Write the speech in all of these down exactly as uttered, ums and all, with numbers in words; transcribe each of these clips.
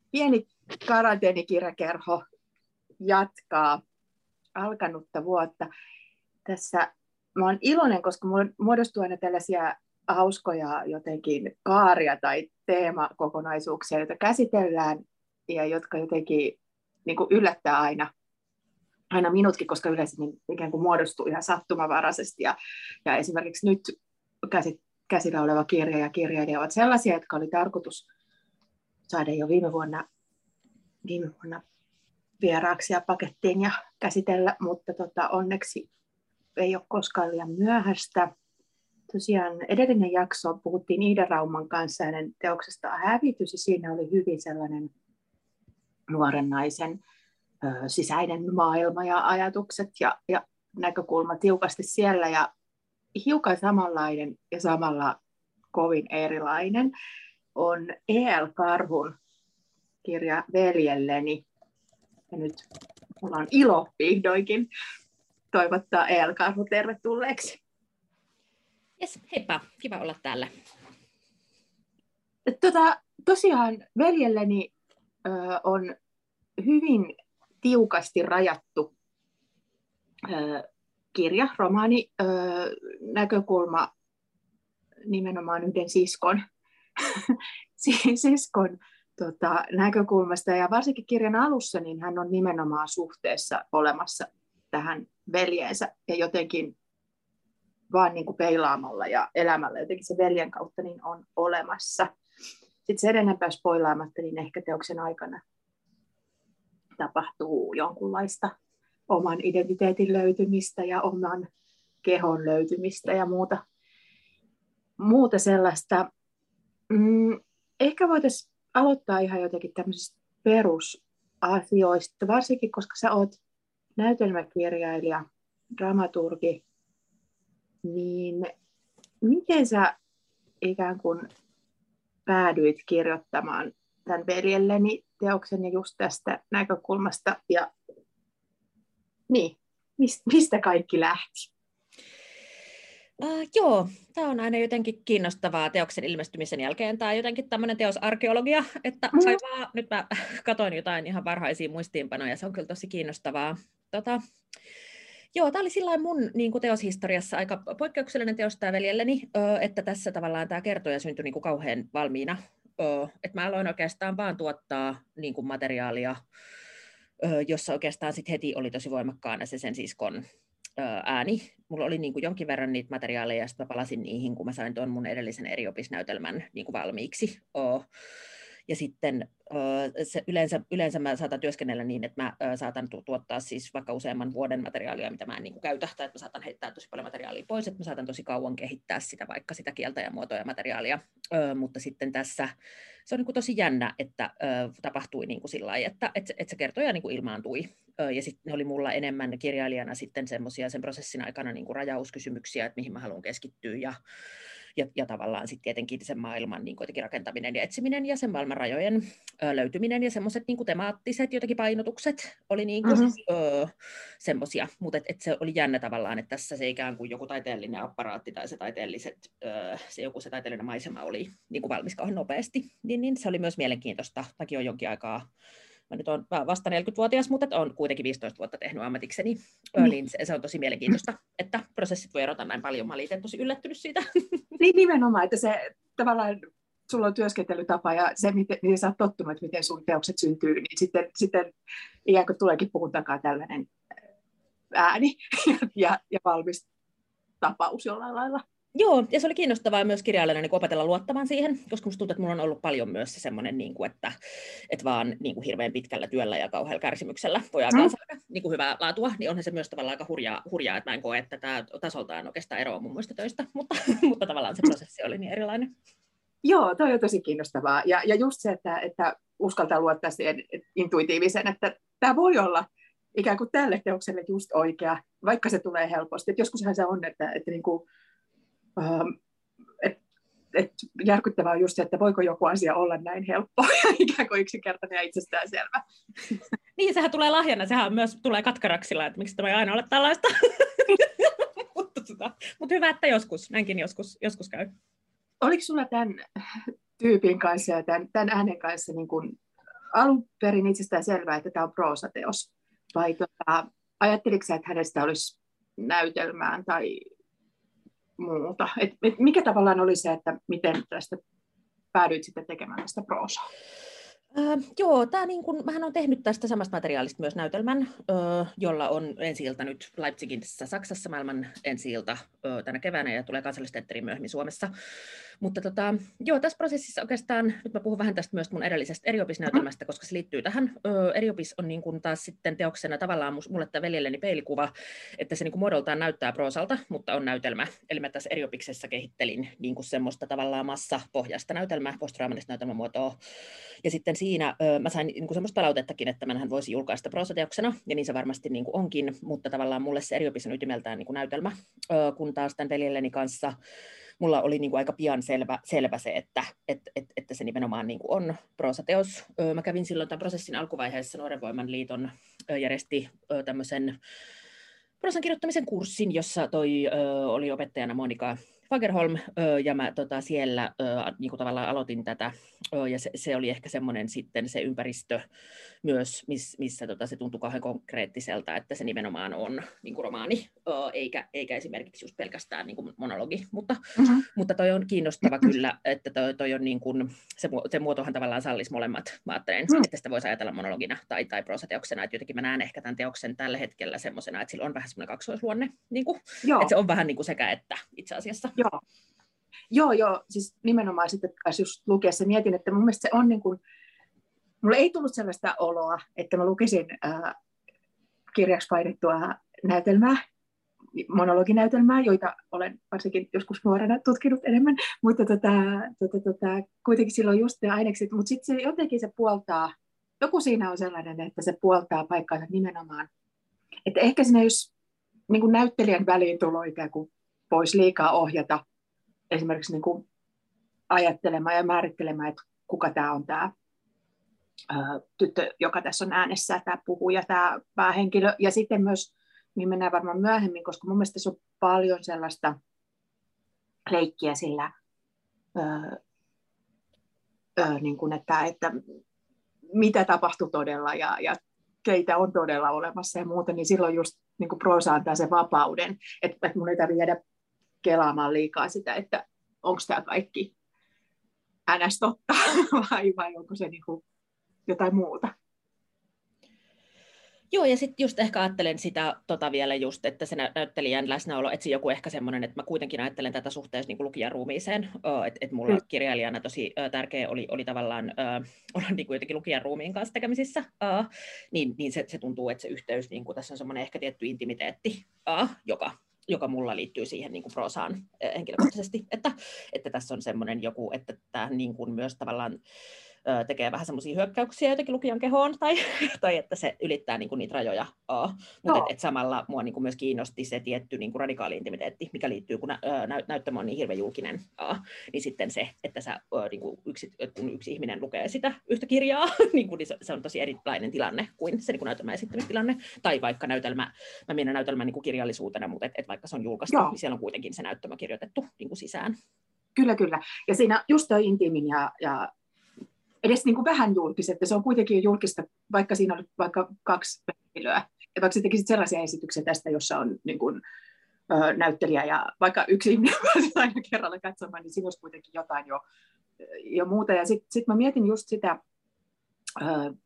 pieni karanteenikirjakerho jatkaa alkanutta vuotta. Tässä mä oon iloinen, koska mulla muodostuu aina tällaisia hauskoja jotenkin kaaria tai teemakokonaisuuksia, joita käsitellään ja jotka jotenkin niin kuin yllättää aina, aina minutkin, koska yleensä niin ikään kuin muodostuu ihan sattumavaraisesti. Ja, ja esimerkiksi nyt käsit, käsillä oleva kirja ja kirjailija ovat sellaisia, jotka oli tarkoitus saada jo viime vuonna, viime vuonna vieraaksi ja pakettiin ja käsitellä, mutta tota, onneksi ei ole koskaan liian myöhäistä. Tosiaan edellinen jakso puhuttiin Iida Rauman kanssa hänen teoksestaan Hävitys, ja siinä oli hyvin sellainen nuoren naisen ö, sisäinen maailma ja ajatukset ja, ja näkökulma tiukasti siellä, ja hiukan samanlainen ja samalla kovin erilainen on E L Karhun kirja Veljelleni. Ja nyt mulla on ilo vihdoinkin toivottaa E L Karhu tervetulleeksi. Jes, heippa, kiva olla täällä. Tota, tosiaan Veljelleni ö, on hyvin tiukasti rajattu ö, kirja, romaani, ö, näkökulma nimenomaan yhden siskon, siskon tota, näkökulmasta. Ja varsinkin kirjan alussa niin hän on nimenomaan suhteessa olemassa tähän veljeensä ja jotenkin vaan niin kuin peilaamalla ja elämällä jotenkin se veljen kautta niin on olemassa. Sitten se enempää spoilaamatta, niin ehkä teoksen aikana tapahtuu jonkunlaista oman identiteetin löytymistä ja oman kehon löytymistä ja muuta, muuta sellaista. Mm, ehkä voitaisiin aloittaa ihan jotenkin tämmöisistä perusasioista, varsinkin koska sä oot näytelmäkirjailija, dramaturgi, niin miten sä ikään kuin päädyit kirjoittamaan tämän Veljelleni teoksen ja just tästä näkökulmasta ja niin, mistä kaikki lähti? Uh, joo, tämä on aina jotenkin kiinnostavaa teoksen ilmestymisen jälkeen. Tämä on jotenkin tämmöinen teosarkeologia, että sai vaan, nyt mä katsoin jotain ihan varhaisia muistiinpanoja, se on kyllä tosi kiinnostavaa. Tota, joo, tämä oli sillain mun niin kuin teoshistoriassa aika poikkeuksellinen teos tämä Veljelleni, että tässä tavallaan tämä kertoja syntyi niin kuin kauhean valmiina. Että mä aloin oikeastaan vaan tuottaa niin kuin materiaalia, jossa oikeastaan sit heti oli tosi voimakkaana se sen siskon ääni. Mulla oli niin kuin jonkin verran niitä materiaaleja, ja sitten mä palasin niihin, kun mä sain tuon mun edellisen eriopisnäytelmän niin kuin valmiiksi. Ja sitten se, yleensä, yleensä mä saatan työskennellä niin, että mä saatan tuottaa siis vaikka useamman vuoden materiaalia, mitä mä en niin kuin käytä, tai että mä saatan heittää tosi paljon materiaalia pois, että mä saatan tosi kauan kehittää sitä, vaikka sitä kieltä ja muotoa ja materiaalia. Mutta sitten tässä se on niin kuin tosi jännä, että tapahtui niin kuin sillä lailla, että, että, että se kertoja niin kuin ilmaantui. Ja sitten ne oli mulla enemmän kirjailijana sitten semmoisia sen prosessin aikana niin kuin rajauskysymyksiä, että mihin mä haluan keskittyä ja Ja, ja tavallaan sitten tietenkin sen maailman niin jotenkin rakentaminen ja etsiminen ja sen maailman rajojen ö, löytyminen ja semmoiset niin temaattiset jotenkin painotukset oli niin mm-hmm. semmoisia, mutta et, et se oli jännä tavallaan, että tässä se ikään kuin joku taiteellinen apparaatti tai se taiteelliset, ö, se joku se taiteellinen maisema oli niin kuin valmis kauhean nopeasti, niin, niin se oli myös mielenkiintoista. Mäkin olen jonkin aikaa, mä nyt olen vasta neljäkymmentävuotias, mutta olen kuitenkin viisitoista vuotta tehnyt ammatikseni, mm. niin se, se on tosi mielenkiintoista, että prosessit voi erota näin paljon. Mä olin itse tosi yllättynyt siitä. Niin nimenomaan, että se tavallaan sulla on työskentelytapa ja se, miten, miten sä oot tottunut, että miten sun teokset syntyy, niin sitten, sitten ikään kuin tuleekin puhun takaa tällainen ääni ja, ja valmis tapaus jollain lailla. Joo, ja se oli kiinnostavaa myös kirjailijana niin opetella luottamaan siihen, koska musta tuntuu, että mulla on ollut paljon myös se semmoinen, niin kuin, että, että vaan niin kuin hirveän pitkällä työllä ja kauhealla kärsimyksellä voi aikaan mm. saada niin kuin hyvää laatua, niin onhan se myös tavallaan aika hurjaa, hurjaa että mä en koe, että tämä tasoltaan oikeastaan eroaa mun muista töistä, mutta, mutta tavallaan se prosessi oli niin erilainen. Joo, toi on tosi kiinnostavaa. Ja, ja just se, että, että uskaltaa luottaa siihen intuitiivisen, että tämä voi olla ikään kuin tälle teokselle just oikea, vaikka se tulee helposti. Et joskushan se on, että, että niin kuin, Um, et, et järkyttävää on just se, että voiko joku asia olla näin helppo ja ikään kuin yksinkertainen ja itsestäänselvä. Niin, sehän tulee lahjana, sehän myös tulee katkaraksilla, että miksi tämä ei aina ole tällaista. mutta, tota, mutta hyvä, että joskus, näinkin joskus, joskus käy. Oliko sulla tämän tyypin kanssa ja tämän, tämän äänen kanssa niin kuin alun perin itsestään selvää, että tämä on proosateos? Vai tota, ajatteliko sä, että hänestä olisi näytelmään tai muuta? Et, et mikä tavallaan oli se, että miten tästä päädyit sitten tekemään tästä proosaa? Äh, joo, tää niin kun, mähän olen tehnyt tästä samasta materiaalista myös näytelmän, äh, jolla on ensi-ilta nyt Leipzigissä Saksassa, maailman ensi-ilta äh, tänä keväänä ja tulee kansallisteatteriin myöhemmin Suomessa. Mutta tota, joo, tässä prosessissa oikeastaan, nyt mä puhun vähän tästä myös mun edellisestä eriopisnäytelmästä, koska se liittyy tähän. Äh, eriopis on niin kun taas sitten teoksena tavallaan mulle tämä veljelleni peilikuva, että se niin kun muodoltaan näyttää proosalta, mutta on näytelmä. Eli mä tässä eriopiksessa kehittelin niin kun semmoista tavallaan massapohjaista näytelmää, postdraamalista näytelmämuotoa. Ja sitten siinä ö, mä sain niin kuin semmoista palautettakin, että mähän voisi julkaista proosateoksena, ja niin se varmasti niin kuin onkin, mutta tavallaan mulle se eriopis on ytimeltään niin kuin näytelmä, ö, kun taas tämän veljelleni kanssa mulla oli niin kuin aika pian selvä, selvä se, että, et, et, että se nimenomaan niin kuin on proosateos. Ö, mä kävin silloin tämän prosessin alkuvaiheessa Nuoren Voiman liiton ö, järjesti ö, tämmöisen proosan kirjoittamisen kurssin, jossa toi ö, oli opettajana Monika Fagerholm, ö, ja mä tota, siellä ö, niin kuin tavallaan aloitin tätä, ö, ja se, se oli ehkä semmoinen sitten se ympäristö myös, miss, missä tota, se tuntui kauhean konkreettiselta, että se nimenomaan on niin kuin romaani, ö, eikä, eikä esimerkiksi just pelkästään niin kuin monologi, mutta, mm-hmm. mutta toi on kiinnostava kyllä, että toi, toi on niin kuin, se, se muotohan tavallaan sallisi molemmat, mä ajattelen, mm. että sitä voisi ajatella monologina tai, tai proosateoksena, että jotenkin mä näen ehkä tämän teoksen tällä hetkellä semmoisena, että sillä on vähän semmoinen kaksoisluonne, niin kuin, että se on vähän niin kuin sekä että itse asiassa. Joo, joo, joo. Siis nimenomaan sitten just lukiessa mietin, että mun mielestä se on niin kuin, mulle ei tullut sellaista oloa, että mä lukisin äh, kirjaksi painettua näytelmää, monologinäytelmää, joita olen varsinkin joskus nuorena tutkinut enemmän, mutta tota, tota, tota, kuitenkin silloin just ne ainekset, mutta sitten se jotenkin se puoltaa, joku siinä on sellainen, että se puoltaa paikkaansa nimenomaan, että ehkä siinä jos niin kuin näyttelijän väliin tulo ikään kuin voisi liikaa ohjata esimerkiksi niin kuin ajattelemaan ja määrittelemään, että kuka tämä on tämä ää, tyttö, joka tässä on äänessä, tämä puhuja, tämä päähenkilö. Ja sitten myös, mihin mennään varmaan myöhemmin, koska mun mielestä se on paljon sellaista leikkiä sillä, ää, ää, niin kuin että, että mitä tapahtuu todella ja, ja keitä on todella olemassa ja muuta, niin silloin just niin kuin proosa antaa sen vapauden, että, että mun ei tarvitse jäädä kelaamaan liikaa sitä, että onko tämä kaikki ns. Totta vai, vai onko se niinku jotain muuta. Joo, ja sitten just ehkä ajattelen sitä tota vielä just, että se näyttelijän läsnäolo, että se joku ehkä semmoinen, että mä kuitenkin ajattelen tätä suhteessa niin lukijan ruumiiseen, että et mulla mm. kirjailijana tosi ö, tärkeä oli, oli tavallaan ö, olla niin kuin jotenkin lukijan ruumiin kanssa tekemisissä, ö, niin, niin se, se tuntuu, että se yhteys, niin kuin tässä on semmoinen ehkä tietty intimiteetti, ö, joka joka mulla liittyy siihen niin kuin proosaan henkilökohtaisesti, että, että tässä on semmoinen joku, että tämä niin kuin myös tavallaan ö, tekee vähän semmoisia hyökkäyksiä jotenkin lukijan kehoon, tai, tai että se ylittää niin kuin niitä rajoja, uh, mutta et, et samalla mua niin kuin myös kiinnosti se tietty niin kuin radikaali intimiteetti, mikä liittyy, kun nä, nä, näyttämö on niin hirveän julkinen, uh, niin sitten se, että sä, uh, niin kuin yksi, kun yksi ihminen lukee sitä yhtä kirjaa, niin kuin, niin se, se on tosi erilainen tilanne kuin se niin kuin näytelmän esittämistilanne, tai vaikka näytelmä, mä mietin näytelmän niin kuin kirjallisuutena, mutta et, et vaikka se on julkaistu, Joo. niin siellä on kuitenkin se näyttämö kirjoitettu niin kuin sisään. Kyllä, kyllä. Ja siinä just toi intiimin ja, ja edes niin kuin vähän julkista, että se on kuitenkin julkista, vaikka siinä on vaikka kaksi henkilöä. Ja vaikka sä tekisit sellaisia esityksiä tästä, jossa on niin kuin, ö, näyttelijä ja vaikka yksi ihminen pääsee aina kerralla katsomaan, niin siinä olisi kuitenkin jotain jo, jo muuta. Ja sitten sit mä mietin just sitä ö,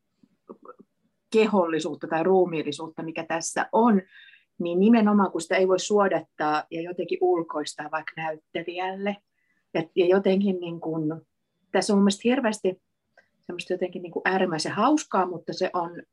kehollisuutta tai ruumiillisuutta, mikä tässä on, niin nimenomaan kun sitä ei voi suodattaa ja jotenkin ulkoistaa vaikka näyttelijälle. Ja, ja jotenkin niin kuin, tässä on mun mielestä hirveästi semmoista jotenkin niin kuin äärimmäisen hauskaa, mutta se on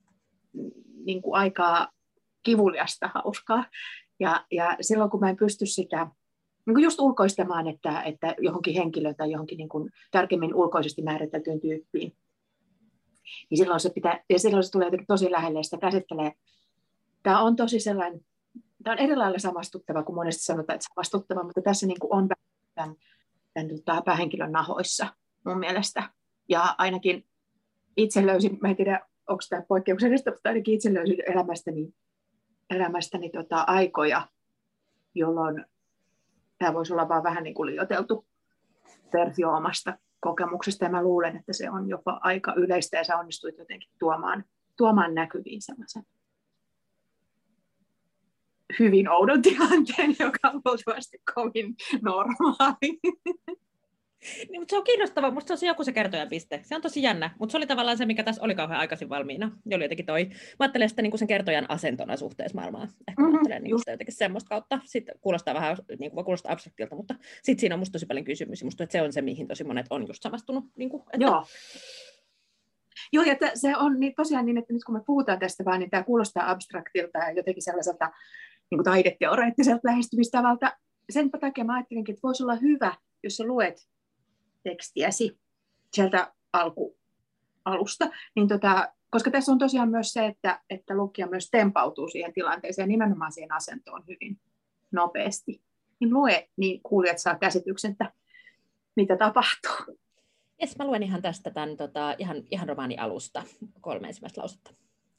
niin kuin aika kivuliasta hauskaa. Ja, ja silloin kun mä en pysty sitä niin kuin just ulkoistamaan, että, että johonkin henkilöön tai johonkin niin kuin tarkemmin ulkoisesti määriteltyyn tyyppiin, niin silloin se, pitää, ja silloin se tulee jotenkin tosi lähelle ja sitä käsittelee. Tämä on tosi sellainen, tämä on eri lailla samastuttava, kuin monesti sanotaan, että samastuttava, mutta tässä niin kuin on tämän, tämän, tämän päähenkilön nahoissa mun mielestä. Ja ainakin itse löysin, mä en tiedä, onko tämä poikkeuksellista, mutta ainakin itse löysin elämästäni, elämästäni tota, aikoja, jolloin tämä voisi olla vaan vähän niin kuin liioiteltu versio omasta kokemuksesta, ja mä luulen, että se on jopa aika yleistä, ja sä onnistuit jotenkin tuomaan, tuomaan näkyviin sellaisen hyvin oudon tilanteen, joka on luultavasti kovin normaali. Niin, mutta se on kiinnostavaa. Musta se on joku se kertojan piste. Se on tosi jännä, mutta se oli tavallaan se, mikä tässä oli kauhean aikaisin valmiina. Ja oli jotenkin toi. Mä ajattelen sitä niin sen kertojan asentona suhteessa maailmaan. Ehkä mm-hmm. mä ajattelen niin sitä jotenkin semmoista kautta. Sitten kuulostaa vähän niin kuin, kuulostaa abstraktilta, mutta sitten siinä on musta tosi paljon kysymyksiä. Musta että se on se, mihin tosi monet on just samastunut. Niin kuin, että... Joo. Joo, ja t- se on niin, tosiaan niin, että nyt kun me puhutaan tästä vaan, niin tämä kuulostaa abstraktilta ja jotenkin sellaiselta niin kuin taideteoreettiselta lähestymistavalta. Sen takia mä ajattelinkin, että voisi olla hyvä, jos sä luet tekstiäsi sieltä alku, alusta, niin tota, koska tässä on tosiaan myös se, että, että lukija myös tempautuu siihen tilanteeseen ja nimenomaan siihen asentoon hyvin nopeasti. Niin lue, niin kuulijat saa käsityksen, että mitä tapahtuu. Jes, mä luen ihan tästä tämän tota, ihan, ihan romaani alusta, kolme ensimmäistä lausetta.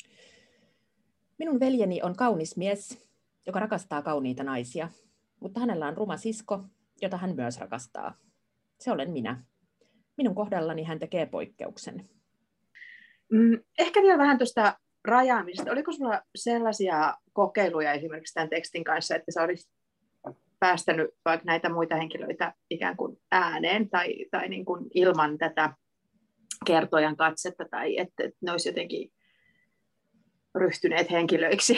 Minun veljeni on kaunis mies, joka rakastaa kauniita naisia, mutta hänellä on ruma sisko, jota hän myös rakastaa. Se olen minä. Minun kohdallani hän tekee poikkeuksen. Mm, ehkä vielä vähän tuosta rajaamisesta. Oliko sinulla sellaisia kokeiluja esimerkiksi tämän tekstin kanssa, että sä olisit päästänyt vaikka näitä muita henkilöitä ikään kuin ääneen tai, tai niin kuin ilman tätä kertojan katsetta tai että, että ne olisi jotenkin ryhtyneet henkilöiksi?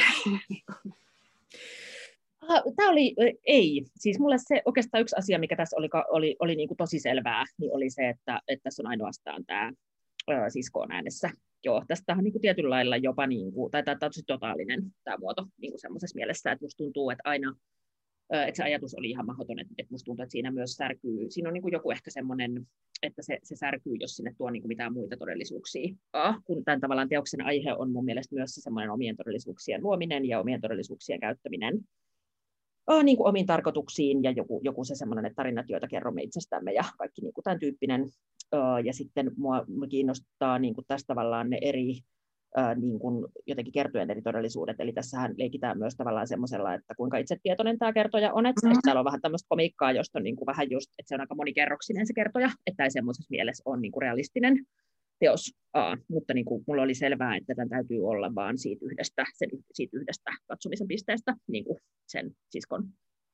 Tämä oli, ei. Siis mulle se oikeastaan yksi asia, mikä tässä oli, oli, oli niin kuin tosi selvää, niin oli se, että, että tässä on ainoastaan tämä ää, sisko on äänessä. Joo, tästä on niin kuin tietyllä lailla jopa, niin kuin, tai tämä on tosi totaalinen tämä muoto niin kuin semmoisessa mielessä, että musta tuntuu, että aina, ää, että se ajatus oli ihan mahdoton, että, että musta tuntuu, että siinä myös särkyy, siinä on niin kuin joku ehkä semmoinen, että se, se särkyy, jos sinne tuo niin kuin mitään muita todellisuuksia. Ah, kun tämän tavallaan teoksen aihe on mun mielestä myös se semmoinen omien todellisuuksien luominen ja omien todellisuuksien käyttäminen. Oh, niin kuin omiin tarkoituksiin ja joku, joku se semmoinen, että tarinat, joita kerromme itsestämme ja kaikki niin kuin tämän tyyppinen. Uh, ja sitten mua, mua kiinnostaa niin kuin tässä tavallaan ne eri uh, niin kuin jotenkin kertojen eri todellisuudet. Eli tässähän leikitään myös tavallaan semmoisella, että kuinka itsetietoinen tämä kertoja on. Että mm-hmm. täällä on vähän tämmöistä komiikkaa, josta on niin kuin vähän just, että se on aika monikerroksinen se kertoja, että ei semmoisessa mielessä on niin kuin realistinen teos, Aa, mutta niin kuin mulla oli selvää, että tämän täytyy olla vaan siitä yhdestä, sen, siitä yhdestä katsomisen pisteestä niin kuin sen siskon.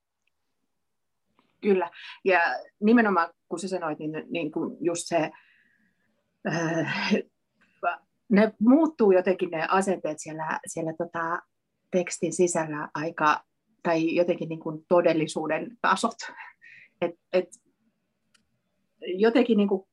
Kyllä, ja nimenomaan kun sä sanoit, niin, niin kuin just se, äh, ne muuttuu jotenkin ne asenteet siellä, siellä tota, tekstin sisällä aika, tai jotenkin niin kuin todellisuuden tasot, et, et, jotenkin niin kuin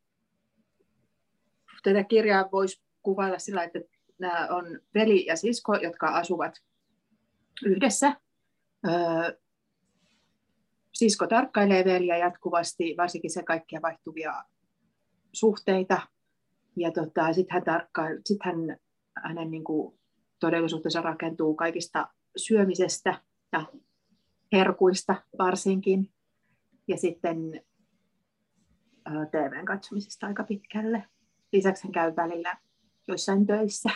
tätä kirjaa voisi kuvailla sillä, että nämä on veli ja sisko, jotka asuvat yhdessä. Öö, sisko tarkkailee veliä jatkuvasti, varsinkin se kaikkia vaihtuvia suhteita. Ja tota, sitten hän, tarkka- sit hän, hänen niin kuin, todellisuutensa rakentuu kaikista syömisestä ja herkuista varsinkin. Ja sitten öö, T V:n katsomisesta aika pitkälle. Lisäksi hän käy välillä joissain töissä.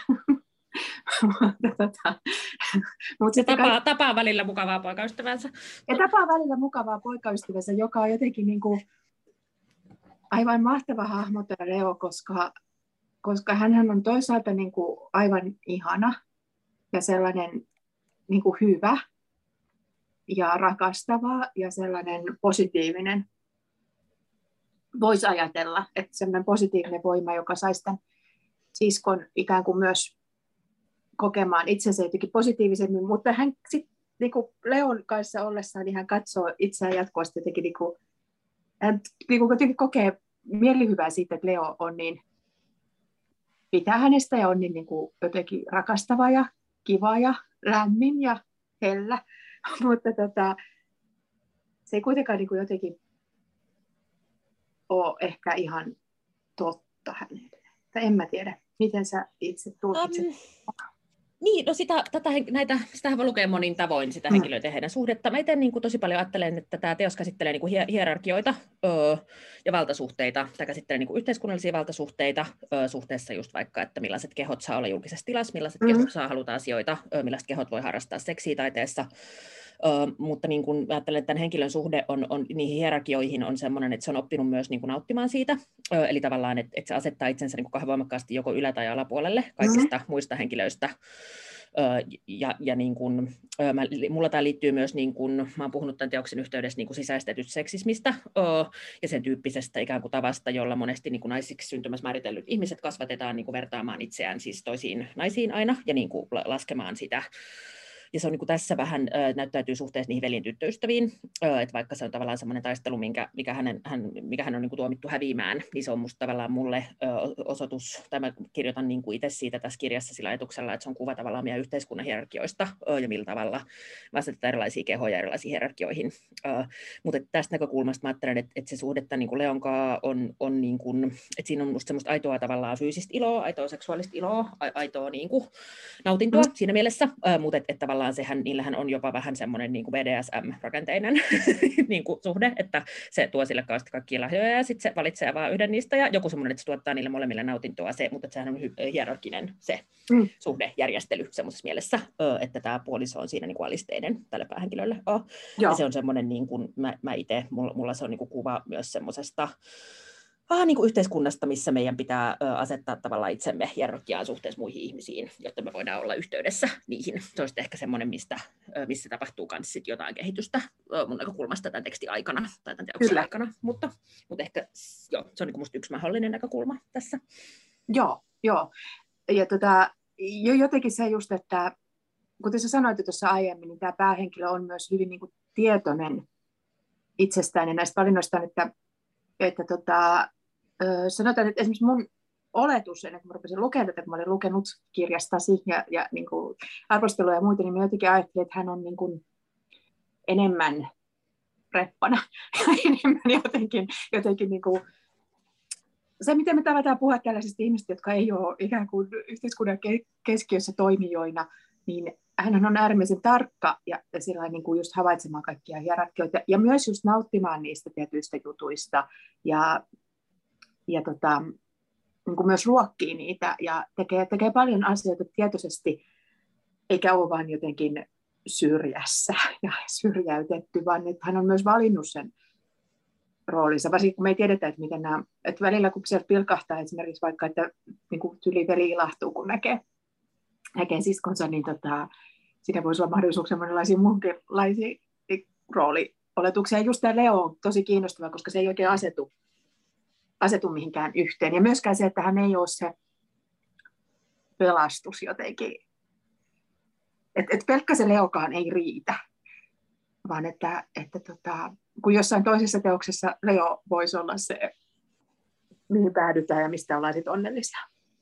tota, Mut se tapaa, kaikki... tapaa välillä mukavaa poikaystävänsä. Ja tapaa välillä mukavaa poikaystävänsä, joka on jotenkin niin kuin aivan mahtava hahmo tämä Leo, koska, koska hän on toisaalta niin kuin aivan ihana ja sellainen niin kuin hyvä ja rakastava ja sellainen positiivinen. Voisi ajatella, että sellainen positiivinen voima, joka saisi tämän siskon ikään kuin myös kokemaan itsensä jotenkin positiivisemmin, mutta hän sitten niin kuin Leon kanssa ollessaan, niin hän katsoo itseään jatkuvasti jotenkin, niin kuin, hän niin kuin jotenkin kokee mielihyvää siitä, että Leo on niin, pitää hänestä ja on niin, niin kuin jotenkin rakastava ja kiva ja lämmin ja hellä, mutta tota, se ei kuitenkaan niin kuin jotenkin ole ehkä ihan totta hänelle. Tai en mä tiedä, miten sä itse tulkitset. Um, niin, no sitä, tätä, näitä, sitähän voi lukea monin tavoin, sitä henkilöitä ja heidän suhdetta. Mä itse niin kuin tosi paljon ajattelen, että tämä teos käsittelee niin kuin hierarkioita öö, ja valtasuhteita. Tämä käsittelee niin kuin yhteiskunnallisia valtasuhteita öö, suhteessa just vaikka, että millaiset kehot saa olla julkisessa tilassa, millaiset mm-hmm. kehot saa haluta asioita, öö, millaiset kehot voi harrastaa seksiä taiteessa. Uh, mutta niin kun ajattelen, että tämän henkilön suhde on, on niihin hierarkioihin on sellainen, että se on oppinut myös niin kun nauttimaan siitä. Uh, eli tavallaan, että, että se asettaa itsensä niin kauhean voimakkaasti joko ylä- tai alapuolelle kaikista mm-hmm. muista henkilöistä. Uh, ja, ja niin kun, uh, mä, mulla tämä liittyy myös, niin kun, mä oon puhunut tämän teoksen yhteydessä niin kun sisäistetystä seksismistä uh, ja sen tyyppisestä ikään kuin tavasta, jolla monesti niin kun naisiksi syntymässä määritellyt ihmiset kasvatetaan niin kun vertaamaan itseään siis toisiin naisiin aina ja niin kun laskemaan sitä. Ja se on niin kuin tässä vähän äh, näyttäytyy suhteessa niihin veljen tyttöystäviin, äh, että vaikka se on tavallaan semmoinen taistelu, minkä, mikä, hänen, hän, mikä hän on niin kuin tuomittu häviämään, niin se on musta tavallaan mulle äh, osoitus, tai mä kirjoitan niin kuin itse siitä tässä kirjassa sillä ajatuksella, että se on kuva tavallaan meidän yhteiskunnan hierarkioista äh, ja millä tavalla vastatetaan erilaisia kehoja erilaisiin hierarkioihin. Äh, mutta tästä näkökulmasta mä ajattelen, että, että se suhdetta niin kuin Leonkaan on, on niin kuin, että siinä on musta semmoista aitoa tavallaan fyysistä iloa, aitoa seksuaalista iloa, aitoa niin kuin nautintoa mm. siinä mielessä, äh, mutta että, että tavallaan sehän, niillähän on jopa vähän semmoinen niin kuin B D S M-rakenteinen niin kuin suhde, että se tuo sille kauheasti kaikkia lahjoja ja sitten se valitsee vaan yhden niistä ja joku semmoinen, että se tuottaa niille molemmille nautintoa, se, mutta sehän on hy- hierarkinen se mm. suhdejärjestely semmoisessa mielessä, että tämä puoliso on siinä niin kuin alisteinen tälle päähenkilölle. Ja se on semmoinen, niin kuin mä, mä itse, mulla, mulla se on niin kuin kuva myös semmoisesta Ah, niin kuin yhteiskunnasta, missä meidän pitää ö, asettaa tavallaan itsemme hierarkiaan suhteessa muihin ihmisiin, jotta me voidaan olla yhteydessä niihin. Se on ehkä semmoinen, mistä, ö, missä tapahtuu myös jotain kehitystä ö, mun näkökulmasta tämän tekstin aikana tai tämän teoksen aikana, mutta, mutta ehkä joo, se on niin kuin musta yksi mahdollinen näkökulma tässä. Joo, joo. Ja tota, jo jotenkin se just, että kuten sä sanoit tuossa aiemmin, niin tämä päähenkilö on myös hyvin niin kuin tietoinen itsestään ja näistä valinnoistaan, että, että tota, sanotaan, että esimerkiksi mun oletus, ennen kuin mä rupesin lukemaan tätä, kun mä olin lukenut kirjastasi ja, ja niin kuin arvosteluja ja muita, niin mä jotenkin ajattelin, että hän on niin kuin enemmän reppana ja enemmän jotenkin, jotenkin niin kuin se, miten me tavataan puhua tällaisista ihmisistä, jotka ei ole ikään kuin yhteiskunnan keskiössä toimijoina, niin hän on äärimmäisen tarkka ja, ja sillain niin kuin just havaitsemaan kaikkia hierarkioita ja myös just nauttimaan niistä tietyistä jutuista ja ja tota, niin kuin myös ruokkii niitä ja tekee, tekee paljon asioita tietoisesti, eikä ole vain jotenkin syrjässä ja syrjäytetty, vaan että hän on myös valinnut sen roolinsa, varsinkin kun me ei tiedetä, että miten nämä, että välillä kun sieltä pilkahtaa esimerkiksi vaikka, että niin kuin tyli veli ilahtuu, kun näkee, näkee siskonsa, niin tota, siinä voisi olla mahdollisuuksia monenlaisia muunkinlaisia roolioletuksia. Ja just tämä Leo on tosi kiinnostava, koska se ei oikein asetu asetu mihinkään yhteen. Ja myöskään se, että hän ei ole se pelastus jotenkin. Että et pelkkä se Leokaan ei riitä, vaan että, että tota, kun jossain toisessa teoksessa Leo voisi olla se, mihin päädytään ja mistä ollaan sitten onnellisia.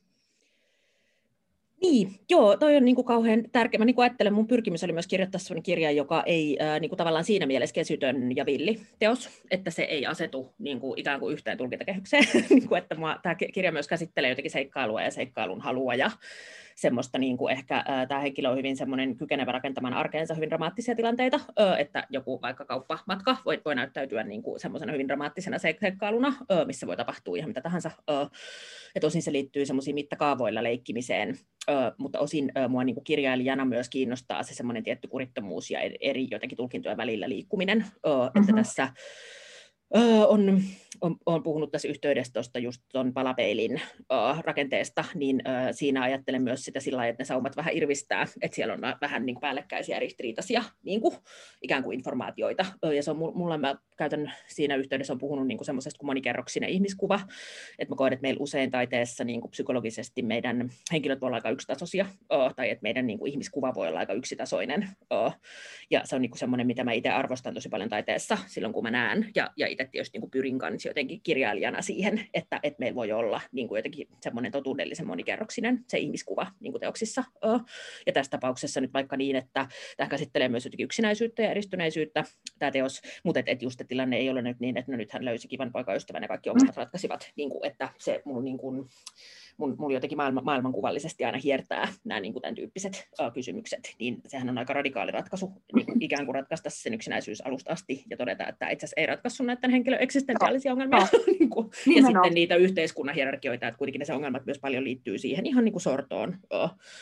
Niin, joo, toi on niin kuin kauhean tärkeä. Mä niin kuin ajattelen, mun pyrkimys oli myös kirjoittaa sellainen kirja, joka ei äh, niin kuin tavallaan siinä mielessä kesytön ja villi teos, että se ei asetu niin kuin ikään kuin yhteen tulkintakehykseen, niin kuin, että tämä kirja myös käsittelee jotenkin seikkailua ja seikkailun halua ja semmoista, niin kuin ehkä äh, tämä henkilö on hyvin semmoinen kykenevä rakentamaan arkeensa hyvin dramaattisia tilanteita, äh, että joku vaikka kauppamatka voi, voi näyttäytyä niin kuin semmoisena hyvin dramaattisena seikkailuna, äh, missä voi tapahtua ihan mitä tahansa. Äh, ja tosin se liittyy semmoisiin mittakaavoilla leikkimiseen, äh, mutta osin äh, mua niin kuin kirjailijana myös kiinnostaa se semmoinen tietty kurittomuus ja eri jotenkin tulkintojen välillä liikkuminen, äh, mm-hmm. että tässä On, on, on puhunut tässä yhteydessä tuosta just tuon palapeilin uh, rakenteesta, niin uh, siinä ajattelen myös sitä sillä lailla, että ne saumat vähän irvistää, että siellä on vähän niin kuin päällekkäisiä ristiriitaisia niin kuin, ikään kuin informaatioita. Uh, ja se on mulla, mä käytän siinä yhteydessä on puhunut niin kuin semmoisesta kuin monikerroksinen ihmiskuva, että mä koen, että meillä usein taiteessa niin kuin psykologisesti meidän henkilöt voi olla aika yksitasoisia, uh, tai että meidän niin kuin ihmiskuva voi olla aika yksitasoinen. Uh, ja se on niin kuin semmoinen, mitä mä itse arvostan tosi paljon taiteessa silloin, kun mä näen, ja, ja itse tietysti niin kuin pyrin kanssa jotenkin kirjailijana siihen, että, että meillä voi olla niin kuin jotenkin semmoinen totuudellisen monikerroksinen se ihmiskuva niin kuin teoksissa. Ja tässä tapauksessa nyt vaikka niin, että tämä käsittelee myös jotenkin yksinäisyyttä ja eristyneisyyttä, tämä teos, mutta että et just että tilanne ei ole nyt niin, että no nyt hän löysi kivan poikaystävän ja kaikki ongelmat ratkaisivat, niin kuin, että se mun, niin kuin, mun, mun jotenkin maailman, maailmankuvallisesti aina hiertää nämä niin kuin tämän tyyppiset uh, kysymykset, niin sehän on aika radikaali ratkaisu, niin kuin ikään kuin ratkaista sen yksinäisyys alusta asti ja todeta, että itse asiassa ei ratkaissut näiden henkilön eksistentiaalisia ongelmia. No. niin kuin, ja no. Sitten niitä yhteiskunnan hierarkioita, että kuitenkin ne se ongelmat myös paljon liittyy siihen ihan niin kuin sortoon. Uh,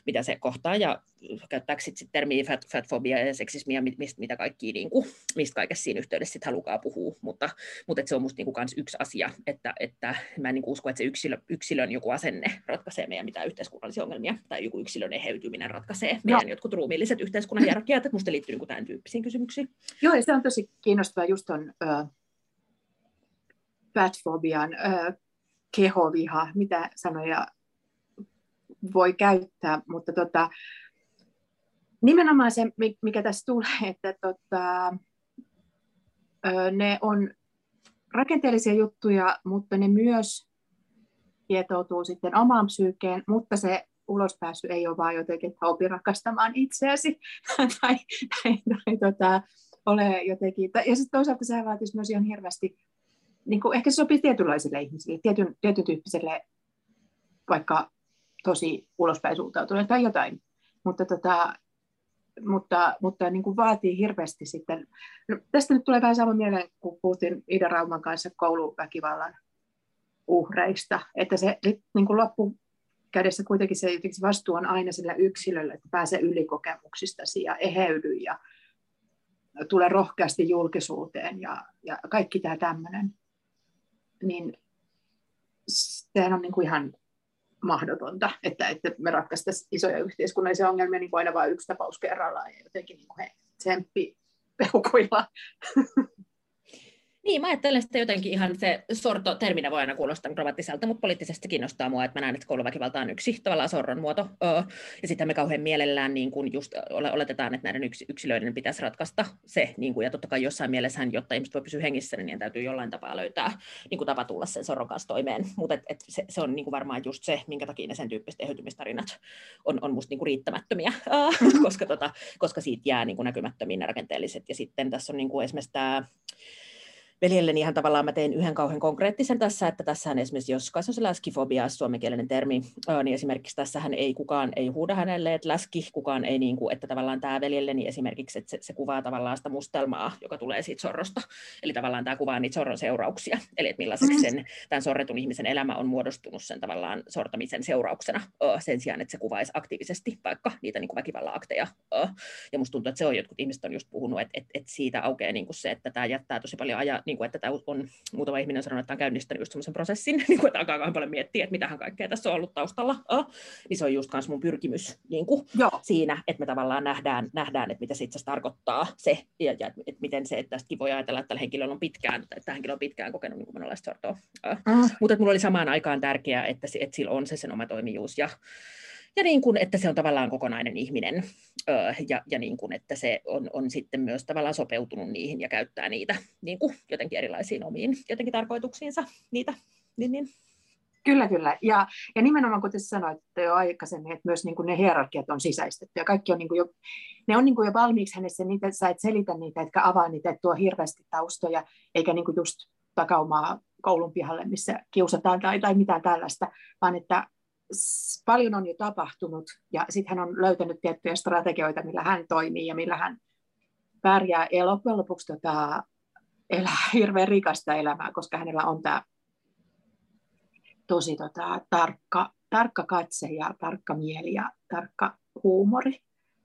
mitä se kohtaa, ja käyttääkö sitten sit termiä fat, fatfobia ja seksismia, mistä mitä kaikkia, niin kuin, mistä kaikessa siinä yhteydessä sitten halukaa puhua, mutta, mutta et se on musta niin kuin kans yksi asia, että, että mä en niin kuin usko, että se yksilö, yksilön joku asenne ratkaisee meidän mitään yhteiskunnallisia ongelmia, tai joku yksilön eheytyminen ratkaisee meidän no. jotkut ruumiilliset yhteiskunnan hierarkiat, että musta liittyy niin tämän tyyppisiin kysymyksiin. Joo, ja se on tosi kiinnostavaa just ton uh, fatfobian uh, kehoviha, mitä sanoja voi käyttää, mutta tota, nimenomaan se, mikä tässä tulee, että tota, ne on rakenteellisia juttuja, mutta ne myös kietoutuu sitten omaan psyykeen, mutta se ulospääsy ei ole vaan jotenkin, että opi rakastamaan itseäsi tai, tai, tai tota, ole jotenkin. Ja sitten toisaalta se vaatisi myös ihan hirveästi, niin kuin ehkä se sopii tietynlaisille ihmisille, tietyn, tietyn tyyppiselle vaikka tosi ulospäin suuntautuneen tai jotain, mutta, tota, mutta, mutta niin kuin vaatii hirveästi sitten. No, tästä nyt tulee vähän sama mieleen, kun puhuttiin Ida Rauman kanssa kouluväkivallan uhreista, että se niin kuin loppukädessä kuitenkin se, se vastuu on aina sillä yksilöllä, että pääsee yli kokemuksistasi ja eheydy ja tule rohkeasti julkisuuteen ja, ja kaikki tämä tämmöinen, niin sehän on niin kuin ihan mahdotonta, että, että me ratkaistaisiin isoja yhteiskunnallisia ongelmia niin kuin aina vain yksi tapaus kerrallaan ja jotenkin niin kuin he tsemppi peukuillaan. Niin, mä ajattelen sitä jotenkin ihan, se sorto-terminä voi aina kuulostaa dramaattiselta, mutta poliittisesti kiinnostaa mua, että mä näen, että kouluväkivalta on yksi tavallaan sorron muoto. Ja sitten me kauhean mielellään niin kun just oletetaan, että näiden yksilöiden pitäisi ratkaista se, niin kun, ja totta kai jossain mielessähän, jotta ihmiset voi pysyä hengissä, niin täytyy jollain tapaa löytää niin kun tapa tulla sen sorron kanssa toimeen. Mutta et, et se, se on niin kun varmaan just se, minkä takia ne sen tyyppiset eheytymistarinat on, on musta niin kun riittämättömiä, koska, tota, koska siitä jää niin kun näkymättömiin ne rakenteelliset. Ja sitten tässä on niin kun esimerkiksi tämä veljelleni ihan tavallaan mä tein yhden kauhean konkreettisen tässä, että tässähän esimerkiksi, jos kai se on se läskifobia, suomenkielinen termi, niin esimerkiksi tässähän ei kukaan ei huuda hänelle, että läski, kukaan ei, niin kuin, että tavallaan tämä veljelleni esimerkiksi, että se, se kuvaa tavallaan sitä mustelmaa, joka tulee siitä sorrosta, eli tavallaan tämä kuvaa niitä sorron seurauksia, eli että millaiseksi sen, tämän sorretun ihmisen elämä on muodostunut sen tavallaan sortamisen seurauksena, sen sijaan, että se kuvaisi aktiivisesti vaikka niitä niin kuin väkivallan akteja, ja musta tuntuu, että se on, jotkut ihmiset on just puhunut, että, että, että siitä aukeaa niin kuin se, että tämä jättää tosi paljon ajaa, niin kuin, että tämä on, muutama ihminen sanonut, että tämä on käynnistänyt just semmoisen prosessin, niin kuin, että alkaa paljon miettiä, että mitähän kaikkea tässä on ollut taustalla, oh, niin se on just myös mun pyrkimys niin kuin, siinä, että me tavallaan nähdään, nähdään että mitä se itse asiassa tarkoittaa se, ja, ja että miten se, että tästäkin voi ajatella, että tällä henkilöllä on pitkään, että tämä henkilö on pitkään kokenut niin kuin monenlaista sortoa. Oh. Mm. Mutta mulla oli samaan aikaan tärkeää, että, että sillä on se sen oma toimijuus, ja Ja niin kuin, että se on tavallaan kokonainen ihminen ja, ja niin kuin, että se on, on sitten myös tavallaan sopeutunut niihin ja käyttää niitä niin kuin jotenkin erilaisiin omiin jotenkin tarkoituksiinsa. Niitä. Niin, niin. Kyllä, kyllä. Ja, ja nimenomaan, kuten sanoit jo aikaisemmin, että myös niin kuin ne hierarkiat on sisäistetty. Ja kaikki on niin kuin jo, ne on niin kuin jo valmiiksi hänessä, niitä, sä et selitä niitä, etkä avaa niitä, että tuo hirveästi taustoja, eikä niin kuin just takaumaa koulun pihalle, missä kiusataan tai, tai mitään tällaista, vaan että paljon on jo tapahtunut, ja sitten hän on löytänyt tiettyjä strategioita, millä hän toimii ja millä hän pärjää. Ja loppujen lopuksi tota, elää hirveän rikasta elämää, koska hänellä on tämä tosi tota, tarkka, tarkka katse ja tarkka mieli ja tarkka huumori.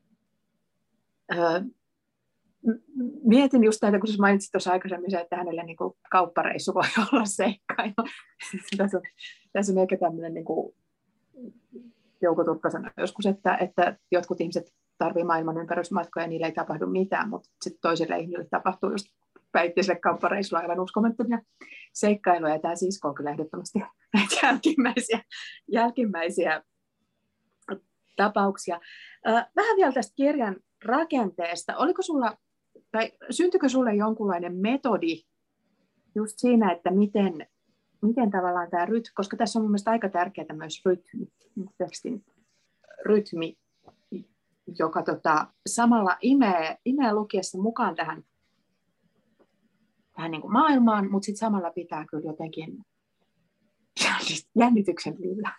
Öö, mietin just näitä, kun mainitsit tuossa aikaisemmin se, että hänelle niin kuin kauppareissu voi olla seikkailu. tässä, on, tässä on ehkä tämmöinen niin kuin Jouko Turkka sanoi joskus, että, että jotkut ihmiset tarvitsevat maailman ympärysmatkoja ja niille ei tapahdu mitään, mutta sitten toisille ihmisille tapahtuu just päihteiselle kauppareissulla aivan uskomattomia seikkailuja. Ja tämä sisko on kyllä ehdottomasti näitä jälkimmäisiä, jälkimmäisiä tapauksia. Vähän vielä tästä kirjan rakenteesta. Oliko sulla, tai syntyikö sulle jonkunlainen metodi just siinä, että miten miten tavallaan tämä rytmi, koska tässä on mun mielestä aika tärkeää myös rytmi, tekstin rytmi, joka tota, samalla imee, imee lukiessa mukaan tähän, tähän niin kuin maailmaan, mutta sitten samalla pitää kyllä jotenkin jännityksen yllä.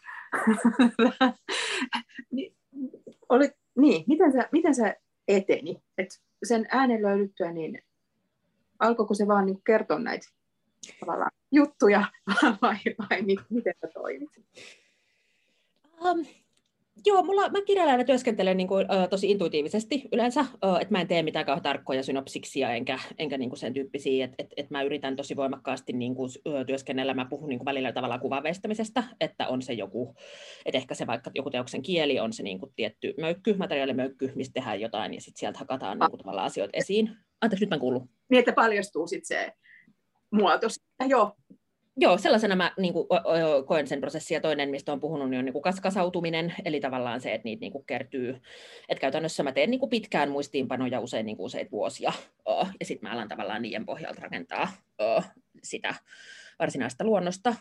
Oli, niin, miten se, miten se eteni? Et sen äänen löydyttyä, niin alkoiko se vaan niin kertoa näitä tavallaan juttuja vai, vai miten sä toimit? Um, Joo, mulla, mä kirjailijana työskentelen niin kuin, uh, tosi intuitiivisesti yleensä, uh, että mä en tee mitään kauhean tarkkoja synopsiksia enkä, enkä niin kuin sen tyyppisiä, että et, et mä yritän tosi voimakkaasti niin kuin, uh, työskennellä, mä puhun niin kuin välillä tavallaan kuvanveistämisestä, että on se joku, että ehkä se vaikka joku teoksen kieli on se niin kuin tietty möykky, materiaalimöykky, mistä tehdään jotain ja sitten sieltä hakataan niin kuin, tavallaan asioita esiin. Anteeksi, nyt mä en kuullut. Niin, että paljastuu sitten se muoto. Joo. Joo, sellaisena mä niin kuin, koen sen prosessin, ja toinen, mistä olen puhunut, niin on niin kuin kaskasautuminen, eli tavallaan se, että niitä niin kuin kertyy, että käytännössä mä teen niin kuin pitkään muistiinpanoja usein niin kuin useita vuosia, ja sitten mä alan tavallaan niiden pohjalta rakentaa sitä varsinaista luonnosta.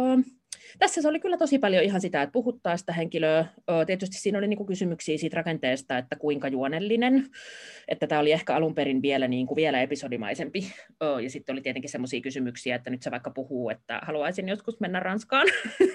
Tässä se oli kyllä tosi paljon ihan sitä, että puhuttaa sitä henkilöä. Tietysti siinä oli niin kuin kysymyksiä siitä rakenteesta, että kuinka juonellinen, että tämä oli ehkä alun perin vielä, niin kuin vielä episodimaisempi. Ja sitten oli tietenkin sellaisia kysymyksiä, että nyt se vaikka puhuu, että haluaisin joskus mennä Ranskaan.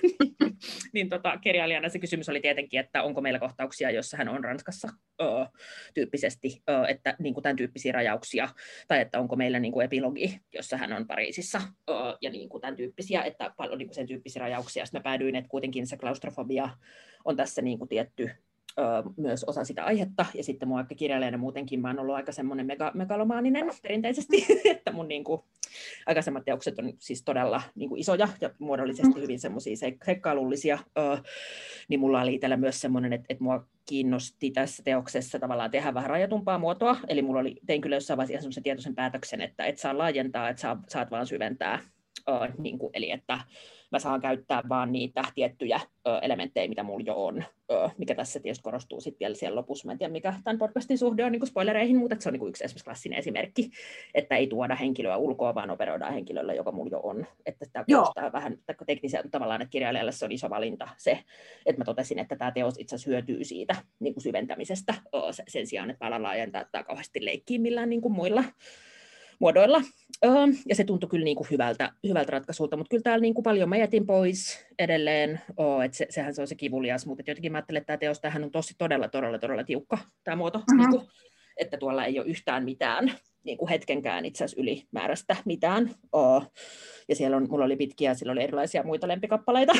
Niin tota, kirjailijana se kysymys oli tietenkin, että onko meillä kohtauksia, jossa hän on Ranskassa ö, tyyppisesti, ö, että niin kuin tämän tyyppisiä rajauksia, tai että onko meillä niin kuin epilogi, jossa hän on Pariisissa, ö, ja niin kuin tämän tyyppisiä, että paljon niin kuin sen tyyppisiä rajauksia. Sitten mä päädyin, että kuitenkin se klaustrofobia on tässä niin kuin tietty ö, myös osa sitä aihetta, ja sitten mun aika kirjailijana muutenkin mä oon ollut aika semmoinen mega, megalomaaninen perinteisesti, että mun niin kuin aikaisemmat teokset on siis todella niin kuin isoja ja muodollisesti hyvin semmoisia seikkailullisia, öö, niin mulla oli itsellä myös semmoinen, että, että mua kiinnosti tässä teoksessa tavallaan tehdä vähän rajatumpaa muotoa, eli mulla oli, tein kyllä jossain vaiheessa semmoisen tietoisen päätöksen, että et saa laajentaa, että saa, saat vaan syventää, öö, niin kuin, eli että mä saan käyttää vaan niitä tiettyjä ö, elementtejä, mitä mulla jo on, ö, mikä tässä tietysti korostuu sitten vielä siellä lopussa. Mä en tiedä, mikä tämän podcastin suhde on niin kuin spoilereihin, mutta se on niin kuin yksi esimerkiksi klassinen esimerkki, että ei tuoda henkilöä ulkoa, vaan operoidaan henkilöllä, joka mulla jo on. Että tämä kuulostaa vähän teknisiä tavallaan, että kirjailijalle se on iso valinta se, että mä totesin, että tämä teos itse asiassa hyötyy siitä niin kuin syventämisestä ö, sen sijaan, että mä alan laajentaa tämä kauheasti leikkiä millään niin kuin muilla muodoilla. Ja se tuntui kyllä niin kuin hyvältä, hyvältä ratkaisulta, mutta kyllä täällä niin kuin paljon mä jätin pois edelleen, oh, että se, sehän se on se kivulias, mutta jotenkin mä ajattelen, että tämä teos tämähän on tosi todella, todella, todella tiukka tämä muoto, mm-hmm. niin kuin, että tuolla ei ole yhtään mitään niin kuin hetkenkään itse asiassa ylimääräistä mitään. Oh. Ja siellä on, mulla oli pitkiä, sillä oli erilaisia muita lempikappaleita.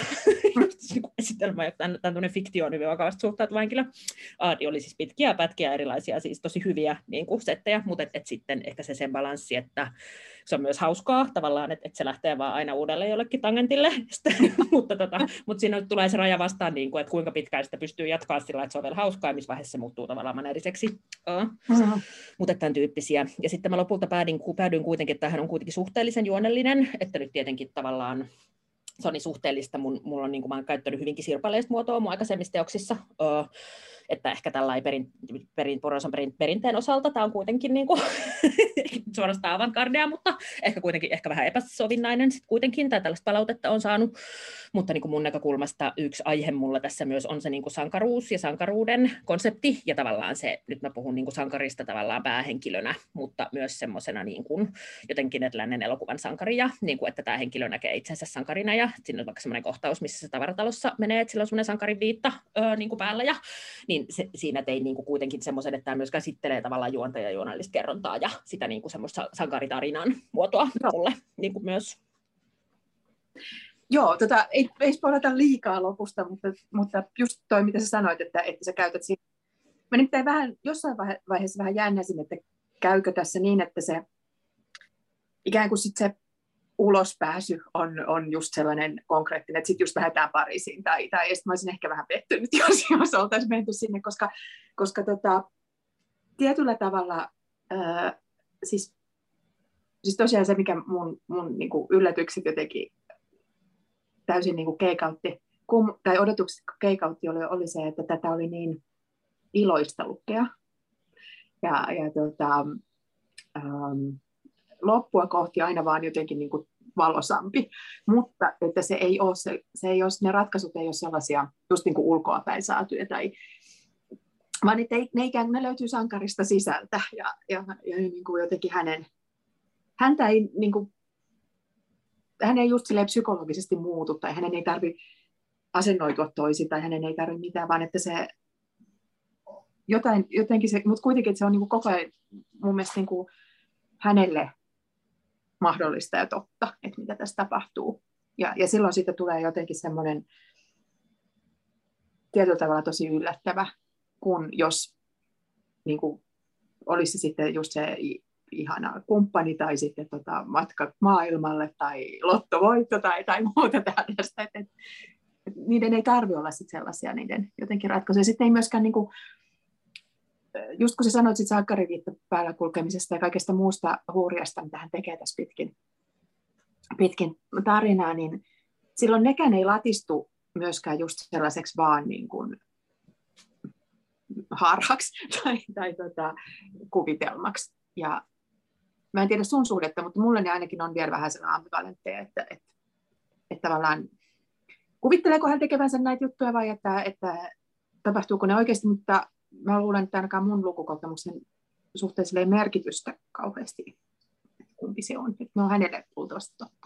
Esitelmä, että tämä on tämmöinen fiktioon hyvin vakavasti suhtautuva henkilö. Aadi oli siis pitkiä pätkiä erilaisia, siis tosi hyviä niin kuin settejä, mutta et, et sitten ehkä se sen balanssi, että se on myös hauskaa tavallaan, että et se lähtee vaan aina uudelleen jollekin tangentille. mutta, tota, mutta siinä tulee se raja vastaan, niin kuin, että kuinka pitkään sitä pystyy jatkaa sillä, että se on vielä hauskaa ja missä vaiheessa se muuttuu tavallaan maneeriseksi. Uh. Mm-hmm. Mutta tämän tyyppisiä. Ja sitten mä lopulta päädyin, päädyin kuitenkin, että tämähän on kuitenkin suhteellisen juonellinen, että nyt tietenkin tavallaan se on niin suhteellista, mun, mulla on, niin kuin mä oon käyttänyt hyvinkin sirpaleista muotoa mun aikaisemmissa teoksissa, öö, että ehkä tällainen perin, perin, perin, perinteen osalta tämä on kuitenkin niin kuin, suorastaan avantgardea, mutta ehkä kuitenkin ehkä vähän epäsovinnainen sit kuitenkin, tai tällaista palautetta on saanut, mutta niin kuin mun näkökulmasta yksi aihe mulla tässä myös on se niin kuin sankaruus ja sankaruuden konsepti, ja tavallaan se, nyt mä puhun niin kuin sankarista tavallaan päähenkilönä, mutta myös semmoisena niin kuin jotenkin erilainen elokuvan sankari, ja niin kuin, että tämä henkilö näkee itsensä sankarina, ja siinä on vaikka semmoinen kohtaus, missä se tavaratalossa menee, että sillä on semmoinen sankarin viitta öö, niin kuin päällä, ja niin se, siinä tein niin kuin kuitenkin semmoisen, että tämä myös käsittelee tavallaan juonta ja juonallista kerrontaa, ja sitä niin kuin semmoista sankaritarinan muotoa mulle niin kuin myös. Joo, tota, ei, ei spoilata liikaa lopusta, mutta, mutta just toi, mitä sä sanoit, että, että sä käytät siinä. Mä nimittäin vähän, jossain vaiheessa vähän jännäsin, että käykö tässä niin, että se ikään kuin sit se ulospääsy on, on just sellainen konkreettinen, että sitten just lähdetään Pariisiin, tai, tai sitten mä olisin ehkä vähän pettynyt, jos, jos oltaisiin menty sinne, koska, koska tota, tietyllä tavalla, ää, siis, siis tosiaan se, mikä mun, mun niin kuin yllätykset jotenkin täysin niin kuin keikautti, kum, tai odotukset keikautti oli, oli se, että tätä oli niin iloista lukea, ja, ja tota, ähm, loppua kohti aina vaan jotenkin niin kuin valosampi, mutta että se ei ole, se, se ei ole, ne ratkaisut ei ole sellaisia just niin kuin ulkoapäin saatuja, tai, vaan että ne ikään kuin ne löytyy sankarista sisältä, ja, ja, ja niin kuin jotenkin hänen, häntä ei, niin kuin, hän ei just silleen psykologisesti muutu, tai hänen ei tarvitse asennoitua toisin, tai hänen ei tarvitse mitään, vaan että se jotain, jotenkin se, mutta kuitenkin että se on niin kuin koko ajan mun mielestä niin kuin hänelle mahdollista ja totta, että mitä tässä tapahtuu. Ja, ja silloin siitä tulee jotenkin semmoinen, tietyllä tavalla tosi yllättävä, kun jos niin kuin, olisi sitten just se ihana kumppani tai sitten tota, matka maailmalle tai lottovoitto tai, tai muuta tällaista. Et, et, et niiden ei tarvitse olla sit sellaisia niiden jotenkin ratkaisuja. Sitten ei myöskään, niin kuin, just kun sä sanoit sit sakkariviitta päällä kulkemisesta ja kaikesta muusta huuriasta, mitä hän tekee tässä pitkin, pitkin tarinaa, niin silloin nekään ei latistu myöskään just sellaiseksi vaan niin kuin harhaksi tai, tai tota, kuvitelmaksi. Ja mä en tiedä sun suhdetta, mutta mulle ne ainakin on vielä vähän sellainen ambivalentteja, että, että, että tavallaan kuvitteleeko hän tekevänsä näitä juttuja vai että, että tapahtuuko ne oikeasti, mutta mä luulen, että ainakaan mun lukukokemuksen suhteessa ei merkitystä kauheasti, kumpi se on. Että ne on hänelle luultavasti totta.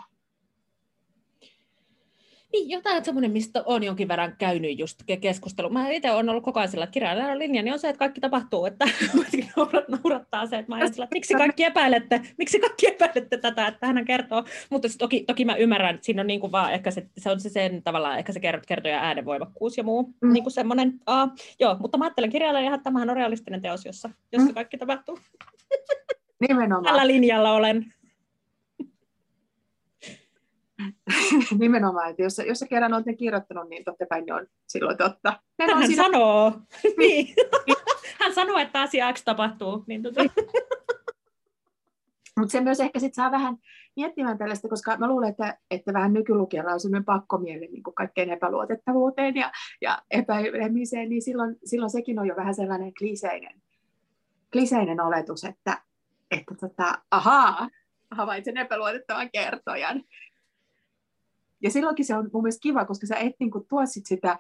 Niin, jotain semmoinen, mistä on jonkin verran käynyt just keskustelu. Mä itse olen ollut koko ajan sillä, että kirjailijan linja niin on se, että kaikki tapahtuu, että naurattaa se, että mä ajattelen, että miksi kaikki epäilette, miksi kaikki epäilette tätä, että hän kertoo. Mutta toki, toki mä ymmärrän, että siinä on niin kuin vaan ehkä se, se on se sen tavallaan, ehkä se kertoja äänenvoimakkuus ja muu, mm. niin kuin semmoinen. Uh, joo, mutta mä ajattelen kirjailijan, että tämähän on realistinen teos, jossa, jossa mm. kaikki tapahtuu. Nimenomaan. Tällä linjalla olen. Nimenomaan, että jos, jos sä kerran olet ne kirjoittanut, niin totta kai ne on silloin totta. Hän on siinä... sanoo. Niin. Hän sanoo, että asia X tapahtuu. Niin tota. Mutta se myös ehkä sit saa vähän miettimään tällaista, koska mä luulen, että, että vähän nykylukijalla on sellainen pakkomieli niin kuin kaikkeen epäluotettavuuteen ja, ja epäilemiseen, niin silloin, silloin sekin on jo vähän sellainen kliseinen, kliseinen oletus, että, että tota, ahaa, havaitsen epäluotettavan kertojan. Ja silloinkin se on mun mielestä kiva, koska sä et niin kuin tuo sit sitä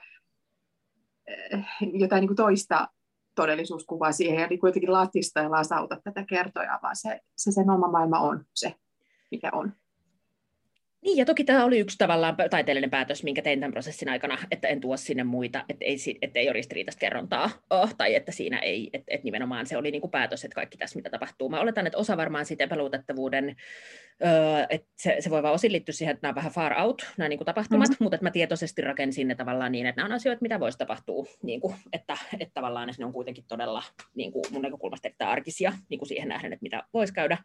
jotain niin kuin toista todellisuuskuvaa siihen ja niin kuin jotenkin latista ja lasauta tätä kertojaa, vaan se, se sen oma maailma on se, mikä on. Niin, ja toki tämä oli yksi tavallaan taiteellinen päätös, minkä tein tämän prosessin aikana, että en tuo sinne muita, että ei, että ei ole ristiriitaista kerrontaa, oh, tai että siinä ei, että, että nimenomaan se oli niin kuin päätös, että kaikki tässä, mitä tapahtuu. Mä oletan, että osa varmaan siitä epäluotettavuuden, että se, se voi vaan osin liittyä siihen, että nämä on vähän far out, nämä niin kuin tapahtumat, mm-hmm. mutta että mä tietoisesti rakensin ne tavallaan niin, että nämä on asioita, mitä voisi tapahtua, niin kuin, että, että tavallaan ne on kuitenkin todella niin kuin mun näkökulmasta erittäin arkisia niin kuin siihen nähden, että mitä voisi käydä.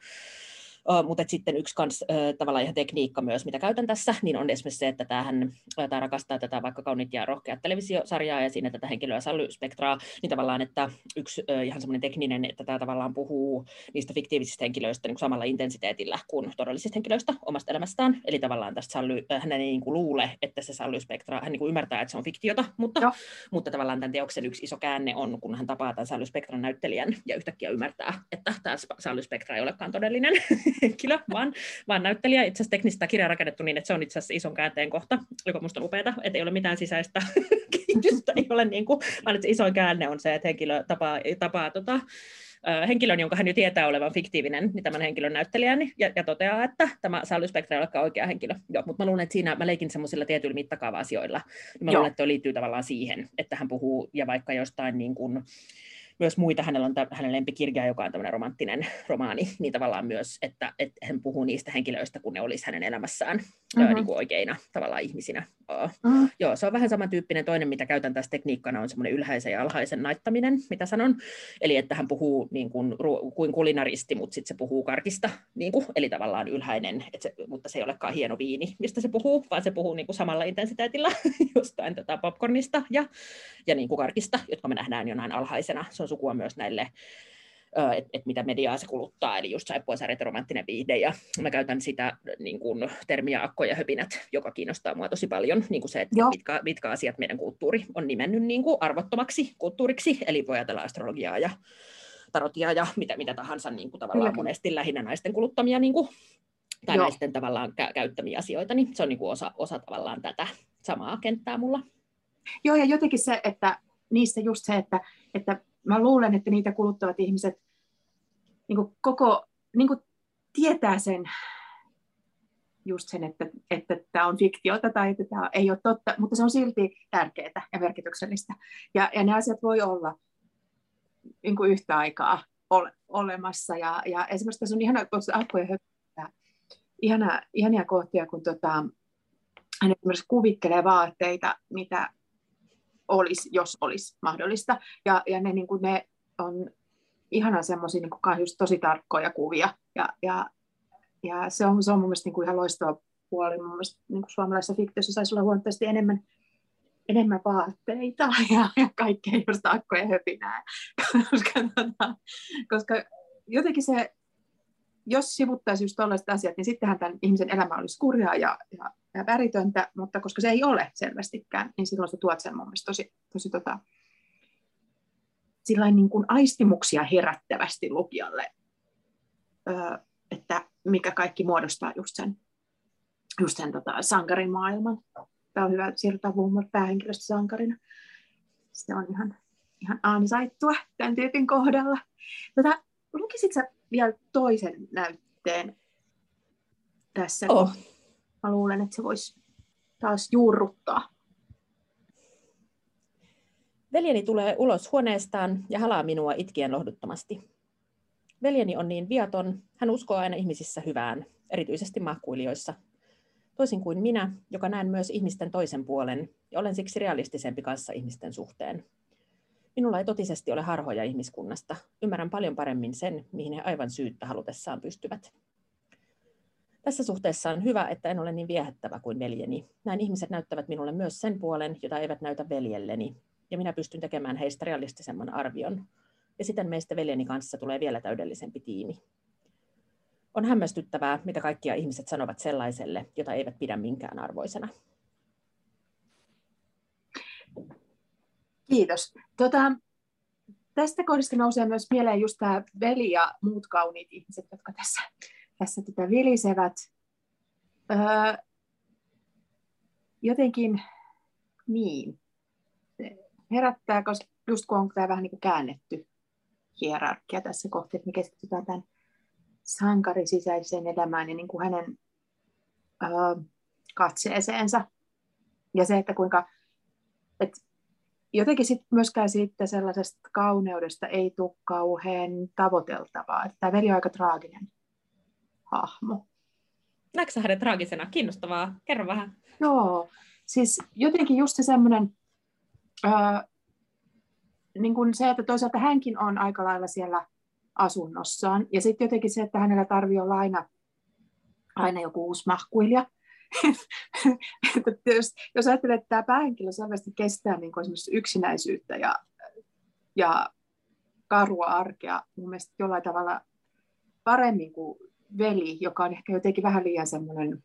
Uh, mutta sitten yksi kans, uh, tavallaan ihan tekniikka myös, mitä käytän tässä, niin on esimerkiksi se, että tämähän, uh, tämä rakastaa tätä vaikka Kauniit ja rohkeat televisiosarjaa ja siinä tätä henkilöä Sally Spectraa, niin tavallaan, että yksi uh, ihan semmoinen tekninen, että tämä tavallaan puhuu niistä fiktiivisistä henkilöistä niin kuin samalla intensiteetillä kuin todellisista henkilöistä omasta elämästään. Eli tavallaan tästä Sally, uh, hän ei niin kuin luule, että se Sally Spectra, hän niin kuin ymmärtää, että se on fiktiota, mutta, mutta tavallaan tämän teoksen yksi iso käänne on, kun hän tapaa tämän Sally Spectran näyttelijän ja yhtäkkiä ymmärtää, että tämä Sally Spectra ei olekaan todellinen henkilö, vaan, vaan näyttelijä. Itse asiassa teknistä kirjaa rakennettu niin, että se on itse asiassa ison käänteen kohta, joka musta on upeata, että ei ole mitään sisäistä kehitystä, ei ole niin kuin, vaan että se isoin käänne on se, että henkilö tapaa, tapaa tota, henkilön, jonka hän jo tietää olevan fiktiivinen, niin tämän henkilön näyttelijän, ja, ja toteaa, että tämä Sally Spectra ei olekaan oikea henkilö. Joo, mutta mä luulen, että siinä mä leikin semmoisilla tietyillä mittakaava-asioilla. Mä luulen, että se liittyy tavallaan siihen, että hän puhuu, ja vaikka jostain niin kuin, myös muita, hänellä on t- hänen lempikirja, joka on tämmöinen romanttinen romaani, niin tavallaan myös, että, että hän puhuu niistä henkilöistä, kun ne olisi hänen elämässään mm-hmm. ää, niin kuin oikeina tavallaan ihmisinä. Mm-hmm. Joo, se on vähän samantyyppinen. Toinen, mitä käytän tässä tekniikkana, on semmoinen ylhäisen ja alhaisen naittaminen, mitä sanon. Eli että hän puhuu niin kuin, kuin kulinaristi, mutta sitten se puhuu karkista, niin kuin, eli tavallaan ylhäinen, että se, mutta se ei olekaan hieno viini, mistä se puhuu, vaan se puhuu niin kuin samalla intensiteetillä jostain tätä popcornista ja, ja niin kuin karkista, jotka me nähdään jonain alhaisena. Se on sukua myös näille, että et mitä mediaa se kuluttaa, eli just saippuasarjat ja romanttinen viihde, ja mä käytän sitä niin kuin termiä akko ja höpinät, joka kiinnostaa mua tosi paljon, niin kuin se, että mitkä, mitkä asiat meidän kulttuuri on nimennyt niin kuin arvottomaksi kulttuuriksi, eli voi ajatella astrologiaa ja tarotia ja mitä, mitä tahansa niin kuin tavallaan monesti lähinnä naisten kuluttamia niin kuin, tai Joo. naisten tavallaan kä- käyttämiä asioita, niin se on niin kuin osa, osa tavallaan tätä samaa kenttää mulla. Joo, ja jotenkin se, että niissä just se, että, että mä luulen, että niitä kuluttavat ihmiset niin kuin koko, niin kuin tietää sen, just sen, että, että tämä on fiktiota tai että tämä ei ole totta, mutta se on silti tärkeää ja merkityksellistä. Ja, ja ne asiat voi olla niin kuin yhtä aikaa ole, olemassa. Ja, ja esimerkiksi tässä on ihana, tuossa Akkojen höpinä, ihana, ihania kohtia, kun tota, hän esimerkiksi kuvittelee vaatteita, mitä olisi, jos olisi mahdollista. Ja, ja ne, niin kuin ne on ihana semmoisia niin kuin just tosi tarkkoja kuvia. Ja, ja, ja se on, se on mun mielestä niin kuin ihan loistava puoli. Mun mielestä niin kuin suomalaisessa fiktiossa saisi olla huomattavasti enemmän, enemmän vaatteita ja, ja kaikkea just akkoja höpinää. koska, tota, koska jotenkin se, jos sivuttaisi just tällaiset asiat, niin sittenhän tämän ihmisen elämä olisi kurjaa ja, ja, ja väritöntä, mutta koska se ei ole selvästikään, niin silloin se tuot sen mun mielestä tosi, tosi tota, sillain niin kuin aistimuksia herättävästi lukijalle, öö, että mikä kaikki muodostaa just sen, just sen tota, sankarin maailman. Tämä on hyvä siirrytään puhumaan päähenkilöstä sankarina. Se on ihan, ihan ansaittua tämän tyypin kohdalla. Tota, lukisit sä vielä toisen näytteen tässä? Oh. Mä luulen, että se voisi taas juurruttaa. Veljeni tulee ulos huoneestaan ja halaa minua itkien lohduttomasti. Veljeni on niin viaton, hän uskoo aina ihmisissä hyvään, erityisesti mahkuilijoissa. Toisin kuin minä, joka näen myös ihmisten toisen puolen ja olen siksi realistisempi kanssa ihmisten suhteen. Minulla ei totisesti ole harhoja ihmiskunnasta. Ymmärrän paljon paremmin sen, mihin he aivan syyttä halutessaan pystyvät. Tässä suhteessa on hyvä, että en ole niin viehättävä kuin veljeni. Näin ihmiset näyttävät minulle myös sen puolen, jota eivät näytä veljelleni. Ja minä pystyn tekemään heistä realistisemman arvion. Ja siten meistä veljeni kanssa tulee vielä täydellisempi tiimi. On hämmästyttävää, mitä kaikkia ihmiset sanovat sellaiselle, jota eivät pidä minkään arvoisena. Kiitos. Tota, tästä kohdasta nousee myös mieleen just tämä veli ja muut kauniit ihmiset, jotka tässä, tässä tätä vilisevät. Öö, jotenkin niin. Herättää, koska just kun on tämä vähän niin kuin käännetty hierarkia tässä kohtaa, että me keskitytään tämän sankarin sisäiseen elämään ja niin kuin hänen öö, katseeseensa. Ja se, että kuinka... Et jotenkin sit myöskään siitä sellaisesta kauneudesta ei tule kauhean tavoiteltavaa. Että tämä veli on aika traaginen hahmo. Näetkö sä hänen traagisena? Kiinnostavaa. Kerro vähän. Joo, siis jotenkin just se semmoinen, ää, niin kuin se, että toisaalta hänkin on aika lailla siellä asunnossaan. Ja sitten jotenkin se, että hänellä tarvii olla aina, aina joku uusi mahkuilija. jos, jos ajattelee, että tämä päähenkilö selvästi kestää niin kuin esimerkiksi yksinäisyyttä ja, ja karua arkea mun mielestä jollain tavalla paremmin kuin veli, joka on ehkä jotenkin vähän liian semmoinen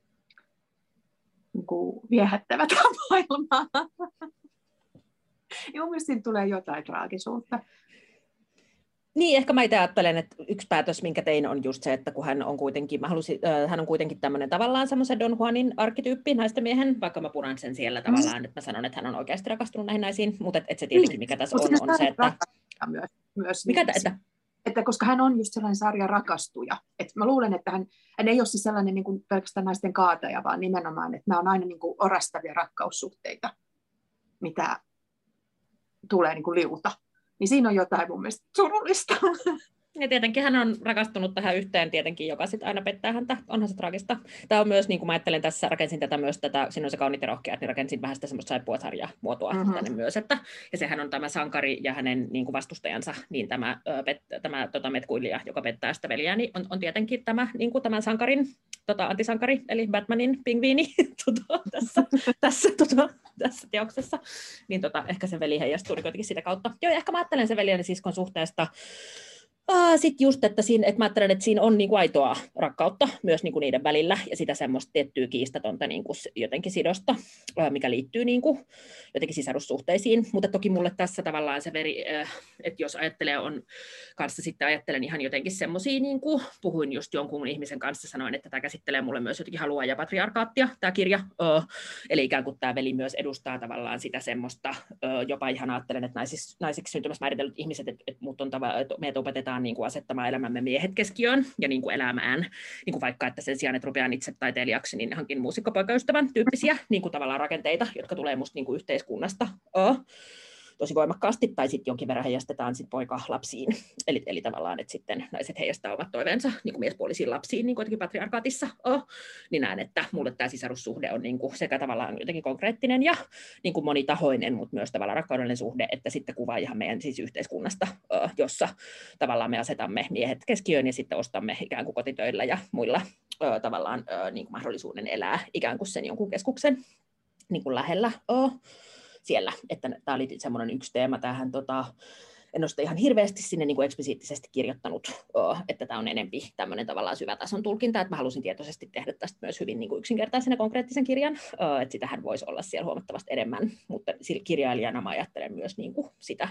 niin kuin viehättävä maailmaa. Ja mun mielestä siinä tulee jotain traagisuutta. Niin, ehkä mä itse ajattelen, että yksi päätös, minkä tein, on just se, että kun hän on kuitenkin, mä halusin, äh, hän on kuitenkin tämmöinen tavallaan semmoisen Don Juanin arkkityyppi, naisten miehen, vaikka mä puran sen siellä tavallaan, että mä sanon, että hän on oikeasti rakastunut näihin naisiin, mutta et, et se tietenkin, mikä tässä on, on se, että... Myös, myös mikä niin, että? Että koska hän on just sellainen sarja rakastuja. Että mä luulen, että hän, hän ei ole siis sellainen niin kuin pelkästään naisten kaataja, vaan nimenomaan, että nämä on aina niin kuin orastavia rakkaussuhteita, mitä tulee niin kuin liuta. Niin siinä on jotain mun mielestä surullista. Ja tietenkin hän on rakastunut tähän yhteen tietenkin, joka sitten aina pettää häntä. Onhan se traagista. Tämä on myös, niin kuin mä ajattelen tässä, rakensin tätä myös, tätä, siinä on se kauniit ja rohkeat, niin rakensin vähän sitä semmoista saippuasarjaa muotoa mm-hmm. tänne myös. Että, ja sehän on tämä sankari ja hänen niin kuin vastustajansa, niin tämä, pet, tämä tota, metkuilija, joka pettää sitä veljää, niin on, on tietenkin tämä niin kuin tämän sankarin, tota, antisankari, eli Batmanin pingviini tota, tässä, tässä, tota, tässä teoksessa. Niin tota, ehkä se veli heijastuu kuitenkin sitä kautta. Joo, ja ehkä mä ajattelen sen veljen siskon suhteesta, Ah, sitten just, että, siinä, että mä ajattelen, että siinä on niin kuin aitoa rakkautta myös niin kuin niiden välillä ja sitä semmoista tiettyä kiistatonta niin kuin jotenkin sidosta, mikä liittyy niin kuin jotenkin sisarussuhteisiin. Mutta toki mulle tässä tavallaan se veri, että jos ajattelee on kanssa sitten ajattelen ihan jotenkin semmoisia, niin kuin puhuin just jonkun ihmisen kanssa, sanoin, että tämä käsittelee mulle myös jotenkin halua ja patriarkaattia, tämä kirja. Eli ikään kuin tämä veli myös edustaa tavallaan sitä semmoista, jopa ihan ajattelen, että naisiksi, naisiksi syntymässä määritellyt ihmiset, että, että, mut on tava, että meitä opetetaan niin kuin asettamaan elämämme miehet keskiöön ja niin kuin elämään, niin kuin vaikka että sen sijaan, että rupean itse taiteilijaksi, niin hankin muusikkopoikaystävän tyyppisiä niin kuin tavallaan rakenteita, jotka tulee musta niin kuin yhteiskunnasta. Oh. tosi voimakkaasti, tai sitten jonkin verran heijastetaan sit poika lapsiin. Eli, eli tavallaan, että sitten naiset heijastaa omat toiveensa niin kuin miespuolisiin lapsiin, niin kuin jotenkin patriarkaatissa on. Niin näen, että mulle tämä sisarussuhde on niin kuin sekä tavallaan jotenkin konkreettinen ja niin kuin monitahoinen, mutta myös tavallaan rakkaudellinen suhde, että sitten kuvaa ihan meidän siis yhteiskunnasta, jossa tavallaan me asetamme miehet keskiöön ja sitten ostamme ikään kuin kotitöillä ja muilla tavallaan niin kuin mahdollisuuden elää ikään kuin sen jonkun keskuksen niin kuin lähellä siellä. Että tämä oli semmoinen yksi teema tähän. Tota, en ole sitä ihan hirveästi sinne niin kuin eksplisiittisesti kirjoittanut, että tämä on enempi tämmöinen tavallaan syvätason tulkinta, että mä halusin tietoisesti tehdä tästä myös hyvin niin kuin yksinkertaisen ja konkreettisen kirjan, että sitähän voisi olla siellä huomattavasti enemmän, mutta kirjailijana mä ajattelen myös niin kuin sitä.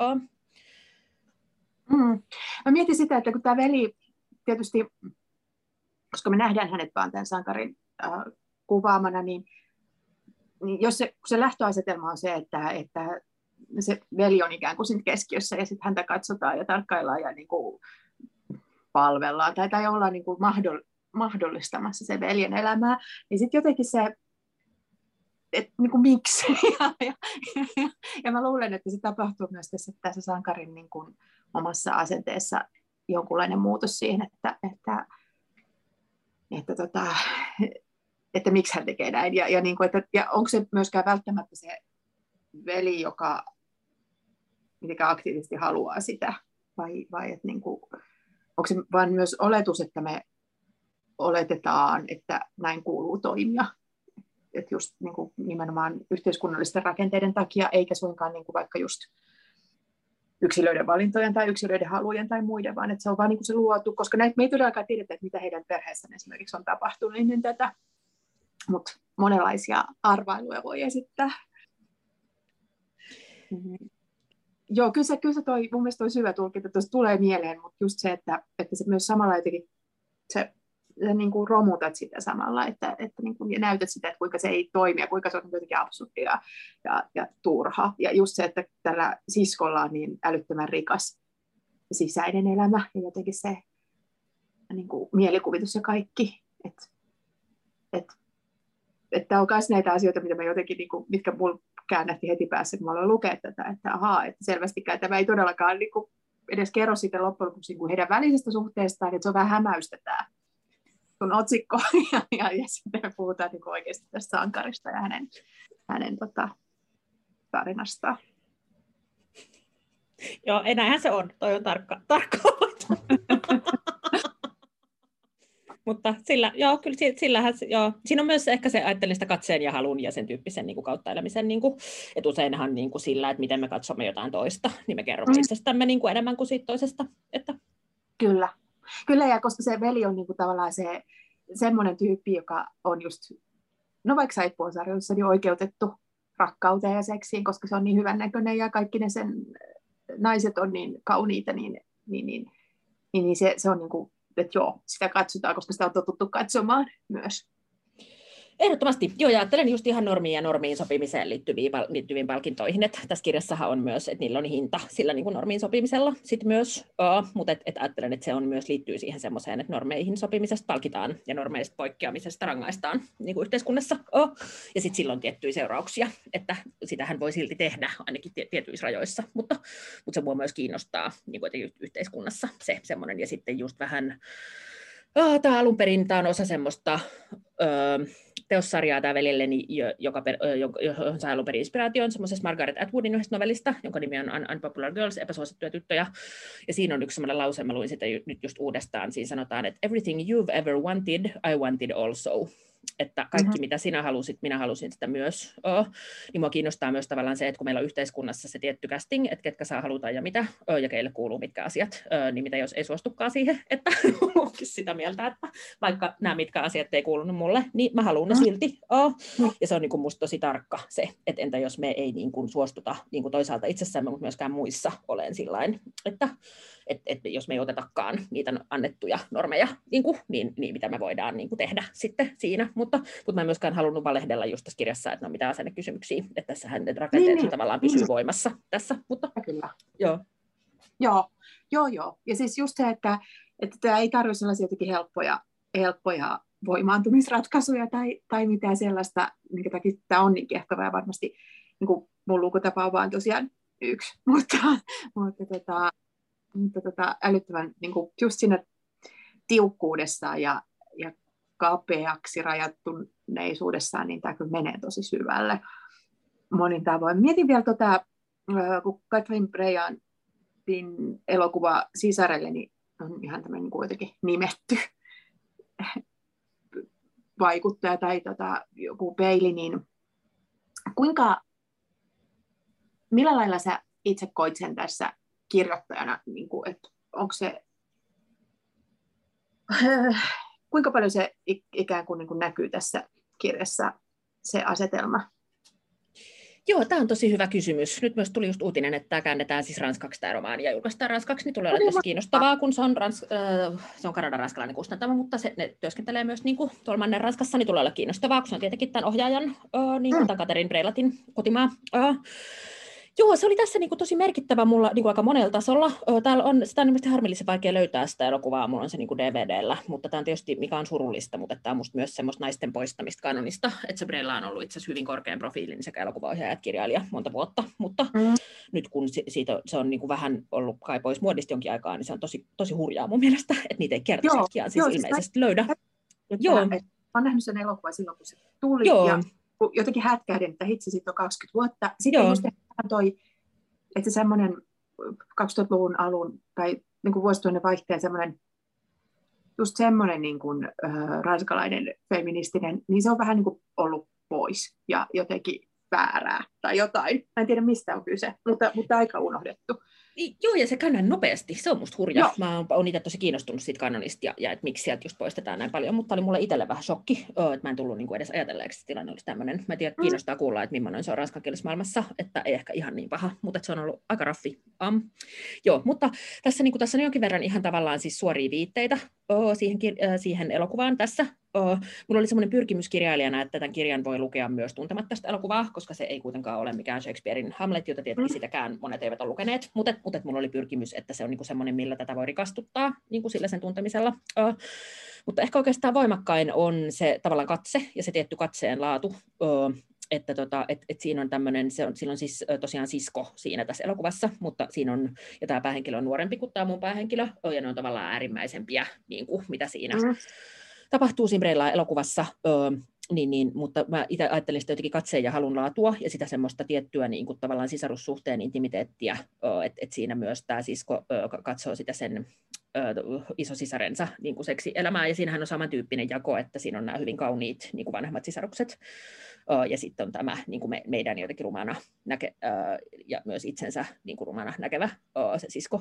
Mm. Mä mietin sitä, että kun tämä veli tietysti, koska me nähdään hänet vaan tämän sankarin äh, kuvaamana, niin, niin jos se, se lähtöasetelma on se, että, että se veli on ikään kuin keskiössä ja sitten häntä katsotaan ja tarkkaillaan ja niin kuin palvellaan tai, tai ollaan niin kuin mahdollistamassa se veljen elämää, niin sitten jotenkin se, että niin kuin miksi? Ja, ja, ja, ja mä luulen, että se tapahtuu myös tässä, tässä sankarin niin kuin omassa asenteessa jonkunlainen muutos siihen, että, että, että, tota, että miksi hän tekee näin ja, ja, niin kuin, että, ja onko se myöskään välttämättä se veli, joka mitenkään aktiivisesti haluaa sitä, vai, vai että niin kuin, onko se vain myös oletus, että me oletetaan, että näin kuuluu toimia, että just niin kuin nimenomaan yhteiskunnallisten rakenteiden takia, eikä suinkaan niin kuin vaikka just yksilöiden valintojen tai yksilöiden halujen tai muiden, vaan että se on vaan niin kuin se luotu, koska näitä, me ei todellakaan tiedetä, että mitä heidän perheessään esimerkiksi on tapahtunut ennen tätä, mutta monenlaisia arvailuja voi esittää. Mm-hmm. Joo, kyllä se, kyllä se toi, mun mielestä toi syvä tulkinta tuossa tulee mieleen, mutta just se, että, että se myös samalla jotenkin, se, se niin kuin romutat sitä samalla, että, että niin kuin, ja näytät sitä, että kuinka se ei toimi ja kuinka se on jotenkin absurdia ja, ja turha. Ja just se, että tällä siskolla on niin älyttömän rikas sisäinen elämä ja jotenkin se niin kuin mielikuvitus ja kaikki. Että et, et tämä on myös näitä asioita, mitä mä jotenkin, niin kuin, mitkä mulla käännähti heti päässä, kun mä aloin lukea tätä, että ahaa, että selvästikään tämä ei todellakaan niin kuin, edes kerro siitä loppujen lopuksi niin kuin heidän välisestä suhteestaan, että se on vähän hämäystetään sun otsikko, ja, ja, ja sitten puhutaan niin kuin oikeasti tästä sankarista ja hänen, hänen tota, tarinastaan. Joo, näinhän se on, toi on tarkka, tarkka Mutta sillä, joo, kyllä sillähän, joo. Siinä on myös ehkä se, ajattelin sitä katseen ja halun ja sen tyyppisen niin kuin kauttaelämisen, niin kuin, että useinhan niin kuin sillä, että miten me katsomme jotain toista, niin me kerromme mm. itsestämme niin kuin enemmän kuin siitä toisesta. Että. Kyllä. Kyllä, ja koska se veli on niin kuin tavallaan se semmoinen tyyppi, joka on just, no vaikka saippuasarjoissa, niin oikeutettu rakkauteen ja seksiin, koska se on niin hyvännäköinen ja kaikki ne sen naiset on niin kauniita, niin, niin, niin, niin, niin se, se on niin kuin, että joo, sitä katsotaan, koska sitä on totuttu katsomaan myös. Ehdottomasti. Joo, ja ajattelen just ihan normiin ja normiin sopimiseen liittyviin, liittyviin palkintoihin. Että tässä kirjassahan on myös, että niillä on hinta sillä niin kuin normiin sopimisella sit myös, uh, mutta et, et ajattelen, että se on myös liittyy siihen semmoiseen, että normeihin sopimisesta palkitaan ja normeista poikkeamisesta rangaistaan niin kuin yhteiskunnassa. Uh. Ja sitten silloin tiettyjä seurauksia, että sitähän voi silti tehdä ainakin tietyissä rajoissa, mutta, mutta se voi myös kiinnostaa niin kuin yhteiskunnassa se semmoinen. Ja sitten just vähän, uh, tämä alun perin tämä on osa semmoista Uh, teossarjaa tämä veljelleni, joka, johon sai alun perin inspiraation semmoisesta Margaret Atwoodin yhdestä novellista, jonka nimi on Unpopular Girls, epäsuosittuja tyttöjä. Ja siinä on yksi semmoinen lause, mä luin sitä nyt just uudestaan, siinä sanotaan, että everything you've ever wanted, I wanted also. Että kaikki, mm-hmm. mitä sinä halusit, minä halusin sitä myös. Oh. Niin mua kiinnostaa myös tavallaan se, että kun meillä on yhteiskunnassa se tietty casting, että ketkä saa haluta ja mitä, oh, ja keille kuuluu mitkä asiat, oh, niin mitä jos ei suostukaan siihen, että onkin sitä mieltä, että vaikka nämä mitkä asiat ei kuulunut mulle, niin mä haluan ne silti. Oh. Ja se on niin kuin musta tosi tarkka se, että entä jos me ei niin kuin suostuta niin kuin toisaalta itsessämme, mutta myöskään muissa olen sillain, että et, et jos me ei otetakaan niitä annettuja normeja, niin, kuin, niin, niin mitä me voidaan niin kuin tehdä sitten siinä. Mutta, mutta mä en myöskään halunnut valehdella just tässä kirjassa, että no mitä asennekysymyksiä, että tässähän ne rakenteet niin, tavallaan pysyy niin. voimassa tässä. Mutta, kyllä. Joo. Joo, joo, joo. Ja siis just se, että, että tämä ei tarvitse sellaisia jotenkin helppoja, helppoja voimaantumisratkaisuja tai, tai mitään sellaista, minkä takia tämä on niin kiehtova ja varmasti niin kuin mun lukutapa on vaan tosiaan yksi, mutta, mutta, tota, mutta tota, älyttömän niin kuin just siinä tiukkuudessaan ja, ja kapeaksi rajattuneisuudessaan, niin tämä kyllä menee tosi syvälle monin tavoin. Mietin vielä, tota, kun Katrin Brejantin elokuva Sisarelle, niin on ihan tämmöinen niin kuin jotenkin nimetty vaikuttaja tai tota, joku peili, niin kuinka, millä lailla sä itse koit sen tässä kirjoittajana, niin kuin, että onko se, kuinka paljon se ikään kuin, niin kuin näkyy tässä kirjassa se asetelma? Joo, tämä on tosi hyvä kysymys. Nyt myös tuli just uutinen, että tämä käännetään siis ranskaksi tämä romaani ja julkaistaan ranskaksi, niin tulee olla tosi kiinnostavaa, kun se on, rans, äh, se on Kanadan ranskalainen kustantama, mutta se, ne työskentelee myös niin kuin tuolla Mannen Ranskassa, niin tulee olla kiinnostavaa, kun se on tietenkin tämän ohjaajan, äh, niin kuin tämän Katrin Breilatin kotimaa. Äh, Joo, se oli tässä niin kuin tosi merkittävä mulla niin kuin aika monella tasolla. Täällä on, sitä on nimesti harmillisen vaikea löytää sitä elokuvaa, mulla on se niin kuin D V D:llä, mutta tämä on tietysti, mikä on surullista, mutta tämä on musta myös semmoista naisten poistamista kanonista, että se Brella on ollut itse asiassa hyvin korkean profiilin sekä elokuvaohjaaja että kirjailija monta vuotta, mutta mm. nyt kun siitä, se on niin kuin vähän ollut kai pois muodista jonkin aikaa, niin se on tosi, tosi hurjaa mun mielestä, että niitä ei kerta kaikkiaan siis joo, ilmeisesti siis löydä. Että, joo. Että, olen nähnyt sen elokuvan silloin, kun se tuli, joo. Ja jotenkin hätkähdin, että hitsi, siitä on kaksikymmentä vuotta. Sitten joo. Musta toi, että semmoinen kaksituhattaluvun alun tai niin kuin vuosituhannen vaihteen semmoinen, just semmoinen niin kuin, äh, ranskalainen feministinen, niin se on vähän niin kuin ollut pois ja jotenkin väärää tai jotain. Mä en tiedä, mistä on kyse, mutta, mutta aika unohdettu. Joo, ja se käy nopeasti. Se on musta hurja. Joo. Mä oon itse tosi kiinnostunut siitä kanonista ja, ja että miksi sieltä just poistetaan näin paljon, mutta oli mulle itselle vähän shokki, että mä en tullut niinku edes ajatelleeksi, että tilanne olisi tämmöinen. Mä tiedän, kiinnostaa kuulla, että millainen se on ranskankielisessä maailmassa, että ei ehkä ihan niin paha, mutta se on ollut aika raffi. Um, joo, mutta tässä, niin tässä on jonkin verran ihan tavallaan siis suoria viitteitä oh, siihen, äh, siihen elokuvaan tässä. Oh, mulla oli semmoinen pyrkimys kirjailijana, että tämän kirjan voi lukea myös tuntematta tästä elokuvaa, koska se ei kuitenkaan ole mikään Shakespearein Hamlet, jota tietenkin sitäkään monet eivät ole lukeneet, mutta, mutta mulla oli pyrkimys, että se on niinku semmoinen, millä tätä voi rikastuttaa niinku sillä sen tuntemisella. Oh, mutta ehkä oikeastaan voimakkain on se tavallaan katse ja se tietty katseen laatu. Oh, että tota, et, et siinä on tämmöinen, se on, sillä on siis tosiaan sisko siinä tässä elokuvassa, mutta siinä on, ja tämä päähenkilö on nuorempi kuin tämä mun päähenkilö, ja ne on tavallaan äärimmäisempiä, niin kuin mitä siinä mm. tapahtuu siinä Brellan elokuvassa, öö, niin, niin, mutta mä itse ajattelin sitä jotenkin katseen ja halun laatua, ja sitä semmoista tiettyä niin kuin tavallaan sisarussuhteen intimiteettiä, öö, että et siinä myös tämä sisko öö, katsoo sitä sen isosisarensa niin kuin seksielämää, ja siinähän on samantyyppinen jako, että siinä on nämä hyvin kauniit niin kuin vanhemmat sisarukset, ja sitten on tämä niin kuin me, meidän jotenkin rumana näke, ja myös itsensä niin kuin rumana näkevä se sisko.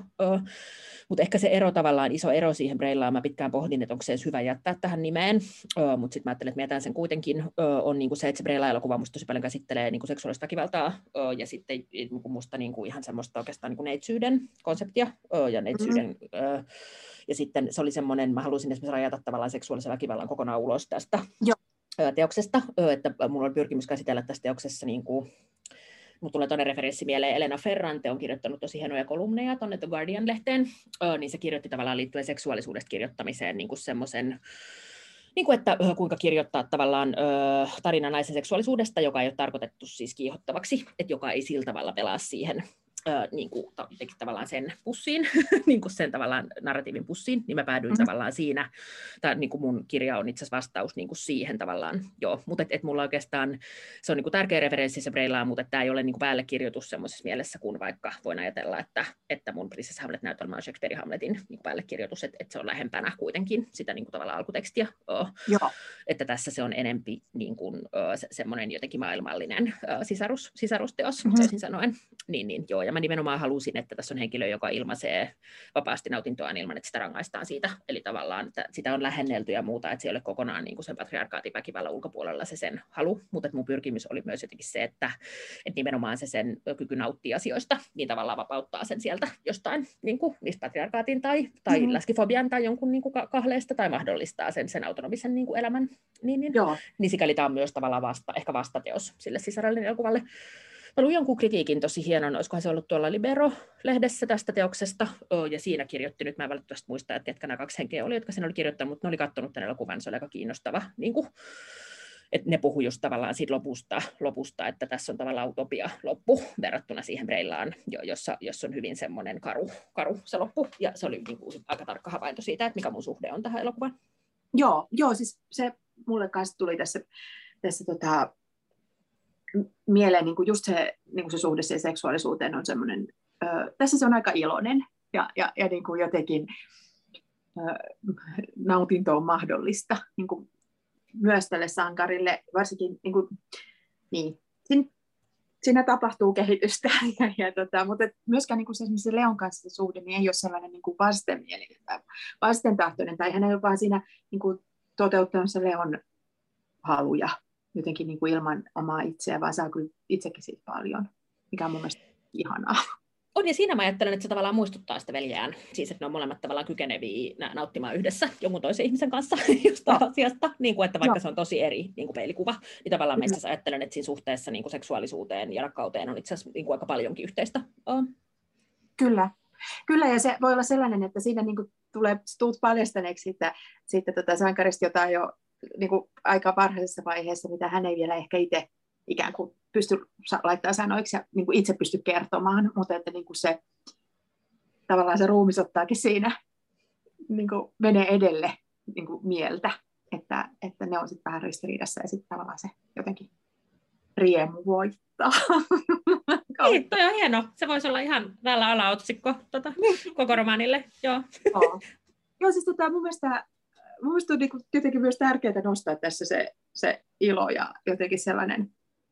Mutta ehkä se ero tavallaan, iso ero siihen Brellaan, mä pitkään pohdin, että onko se edes hyvä jättää tähän nimeen, mutta sitten mä ajattelin, että mietään sen kuitenkin, on niin kuin se, että se Brella-elokuva musta tosi paljon käsittelee niin kuin seksuaalista väkivaltaa, ja sitten niin kuin musta niin kuin ihan semmoista oikeastaan niin kuin neitsyyden konseptia, ja neitsyyden mm-hmm. Ja sitten se oli semmoinen, mä halusin esimerkiksi rajata tavallaan seksuaalisen väkivallan kokonaan ulos tästä Joo. teoksesta, että mulla on pyrkimys käsitellä tässä teoksessa, niin kuin, mulla tulee tuonne referenssi mieleen, Elena Ferrante on kirjoittanut tosi hienoja kolumneja tuonne The Guardian-lehteen, niin se kirjoitti tavallaan liittyen seksuaalisuudesta kirjoittamiseen niin kuin semmoisen, niin kuin että kuinka kirjoittaa tavallaan tarina naisen seksuaalisuudesta, joka ei ole tarkoitettu siis kiihottavaksi, että joka ei sillä tavalla pelaa siihen, Öö, niin kuin, tavallaan sen pussiin, niin kuin sen tavallaan narratiivin pussiin, niin mä päädyin mm-hmm. tavallaan siinä, tai niin kuin mun kirja on itse asiassa vastaus niin kuin siihen tavallaan, joo, mutta et, et mulla oikeastaan, se on niin kuin tärkeä referenssi se Brellaan, mutta tämä ei ole niin kuin päällekirjoitus semmoisessa mielessä, kun vaikka voin ajatella, että, että mun Princess Hamlet-näytelmä on Shakespeare Hamletin niin kuin päällekirjoitus, että, että se on lähempänä kuitenkin sitä niin kuin tavallaan alkutekstiä, oh, joo. Että tässä se on enempi niin kuin, oh, se, semmoinen jotenkin maailmallinen oh, sisarus, sisarusteos, mm-hmm. toisin sanoen, niin, niin joo, ja mä nimenomaan halusin, että tässä on henkilö, joka ilmaisee vapaasti nautintoaan ilman, että sitä rangaistaan siitä. Eli tavallaan että sitä on lähennelty ja muuta, että se ei ole kokonaan niin kuin sen patriarkaatin väkivallan ulkopuolella se sen halu. Mutta mun pyrkimys oli myös jotenkin se, että, että nimenomaan se sen kyky nauttia asioista, niin tavallaan vapauttaa sen sieltä jostain niin kuin niistä patriarkaatin tai, tai mm-hmm. läskifobian tai jonkun niin kuin kahleesta tai mahdollistaa sen, sen autonomisen niin kuin elämän. Niin, niin, niin sikäli tämä on myös tavallaan vasta, ehkä vastateos sille sisarallinen elokuvalle. Mä luin jonkun kritiikin tosi hienon, olisikohan se ollut tuolla Libero-lehdessä tästä teoksesta, ja siinä kirjoitti, nyt mä en välttämättä muista, että ketkä nämä kaksi henkeä oli, jotka sen oli kirjoittanut, mutta ne oli katsonut tämän elokuvan, se oli aika kiinnostava niin kuin, että ne puhuu just tavallaan siitä lopusta, lopusta, että tässä on tavallaan utopia loppu verrattuna siihen Breillaan, jossa, jossa on hyvin semmoinen karu, karu se loppu, ja se oli niin kuin aika tarkka havainto siitä, että mikä mun suhde on tähän elokuvaan. Joo, joo siis se mulle kanssa tuli tässä, tässä tota, mieleen niin kuin just se, niin kuin se suhde siihen seksuaalisuuteen on semmoinen, ö, tässä se on aika iloinen, ja, ja, ja niin kuin jotenkin ö, nautinto on mahdollista, niin kuin myös tälle sankarille, varsinkin niin kuin, niin, siinä, siinä tapahtuu kehitystä, ja, ja, tota, mutta myöskään niin kuin se, se Leon kanssa se suhde niin ei ole sellainen niin kuin vastenmielinen tai vastentahtoinen, tai hän ei ole vaan siinä niin kuin toteuttanut se Leon haluja jotenkin niin kuin ilman omaa itseä, vaan saa kyllä itsekin siitä paljon, mikä on mun mielestä ihanaa. On, ja siinä mä ajattelen, että se tavallaan muistuttaa sitä veljään, siis että ne on molemmat tavallaan kykeneviä nauttimaan yhdessä jonkun toisen ihmisen kanssa jostain no. asiasta, niin kuin, että vaikka no. se on tosi eri niin kuin peilikuva, niin tavallaan mä itse ajattelen, että siinä suhteessa niin kuin seksuaalisuuteen ja rakkauteen on itse asiassa niin kuin aika paljonkin yhteistä. Oh. Kyllä. Kyllä, ja se voi olla sellainen, että siinä niin kuin tulee, tuut paljastaneeksi siitä, siitä tota sankarista jotain jo niin kuin aika varhaisessa vaiheessa, mitä hän ei vielä ehkä itse ikään kuin pysty laittamaan sanoiksi ja niin kuin itse pysty kertomaan, mutta että niin kuin se tavallaan se ruumis ottaakin siinä, niin kuin menee edelle niin kuin mieltä, että, että ne on sitten vähän ristiriidassa ja sitten tavallaan se jotenkin riemu voittaa. Niin, toi on hieno. Se voisi olla ihan vällä alaotsikko tota, koko romaanille. Joo. Joo. Joo, siis tota, mun mielestä Mun mielestä on niin jotenkin myös tärkeää nostaa tässä se, se ilo ja jotenkin sellainen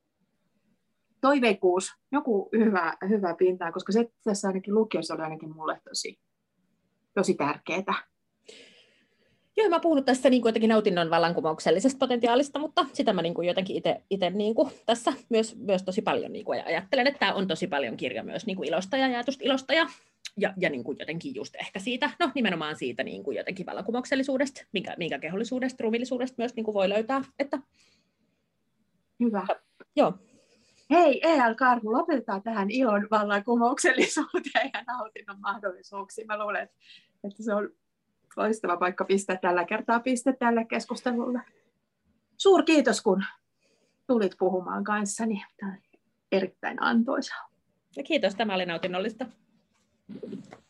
toiveikkuus, joku hyvä, hyvä pinta, koska se tässä ainakin lukiossa oli ainakin mulle tosi, tosi tärkeää. Joo, mä oon puhunut tässä niin kuin jotenkin nautinnon vallankumouksellisesta potentiaalista, mutta sitä mä niin kuin jotenkin itse niin kuin tässä myös, myös tosi paljon niin kuin ajattelen, että tämä on tosi paljon kirja myös niin kuin ilosta ja jaetusta ilosta ja Ja, ja niin kuin jotenkin just ehkä siitä, no nimenomaan siitä niin kuin jotenkin vallankumouksellisuudesta, minkä, minkä kehollisuudesta, ruumillisuudesta myös niin kuin voi löytää. Että... Hyvä. Joo. Hei, E L Karhu, lopetetaan tähän ilon vallankumouksellisuuteen ja nautinnon mahdollisuuksiin. Mä luulen, että se on loistava paikka pistää tällä kertaa piste tälle keskustelulle. Suur kiitos, kun tulit puhumaan kanssani. Tämä oli erittäin antoisaa. Ja kiitos, tämä oli nautinnollista.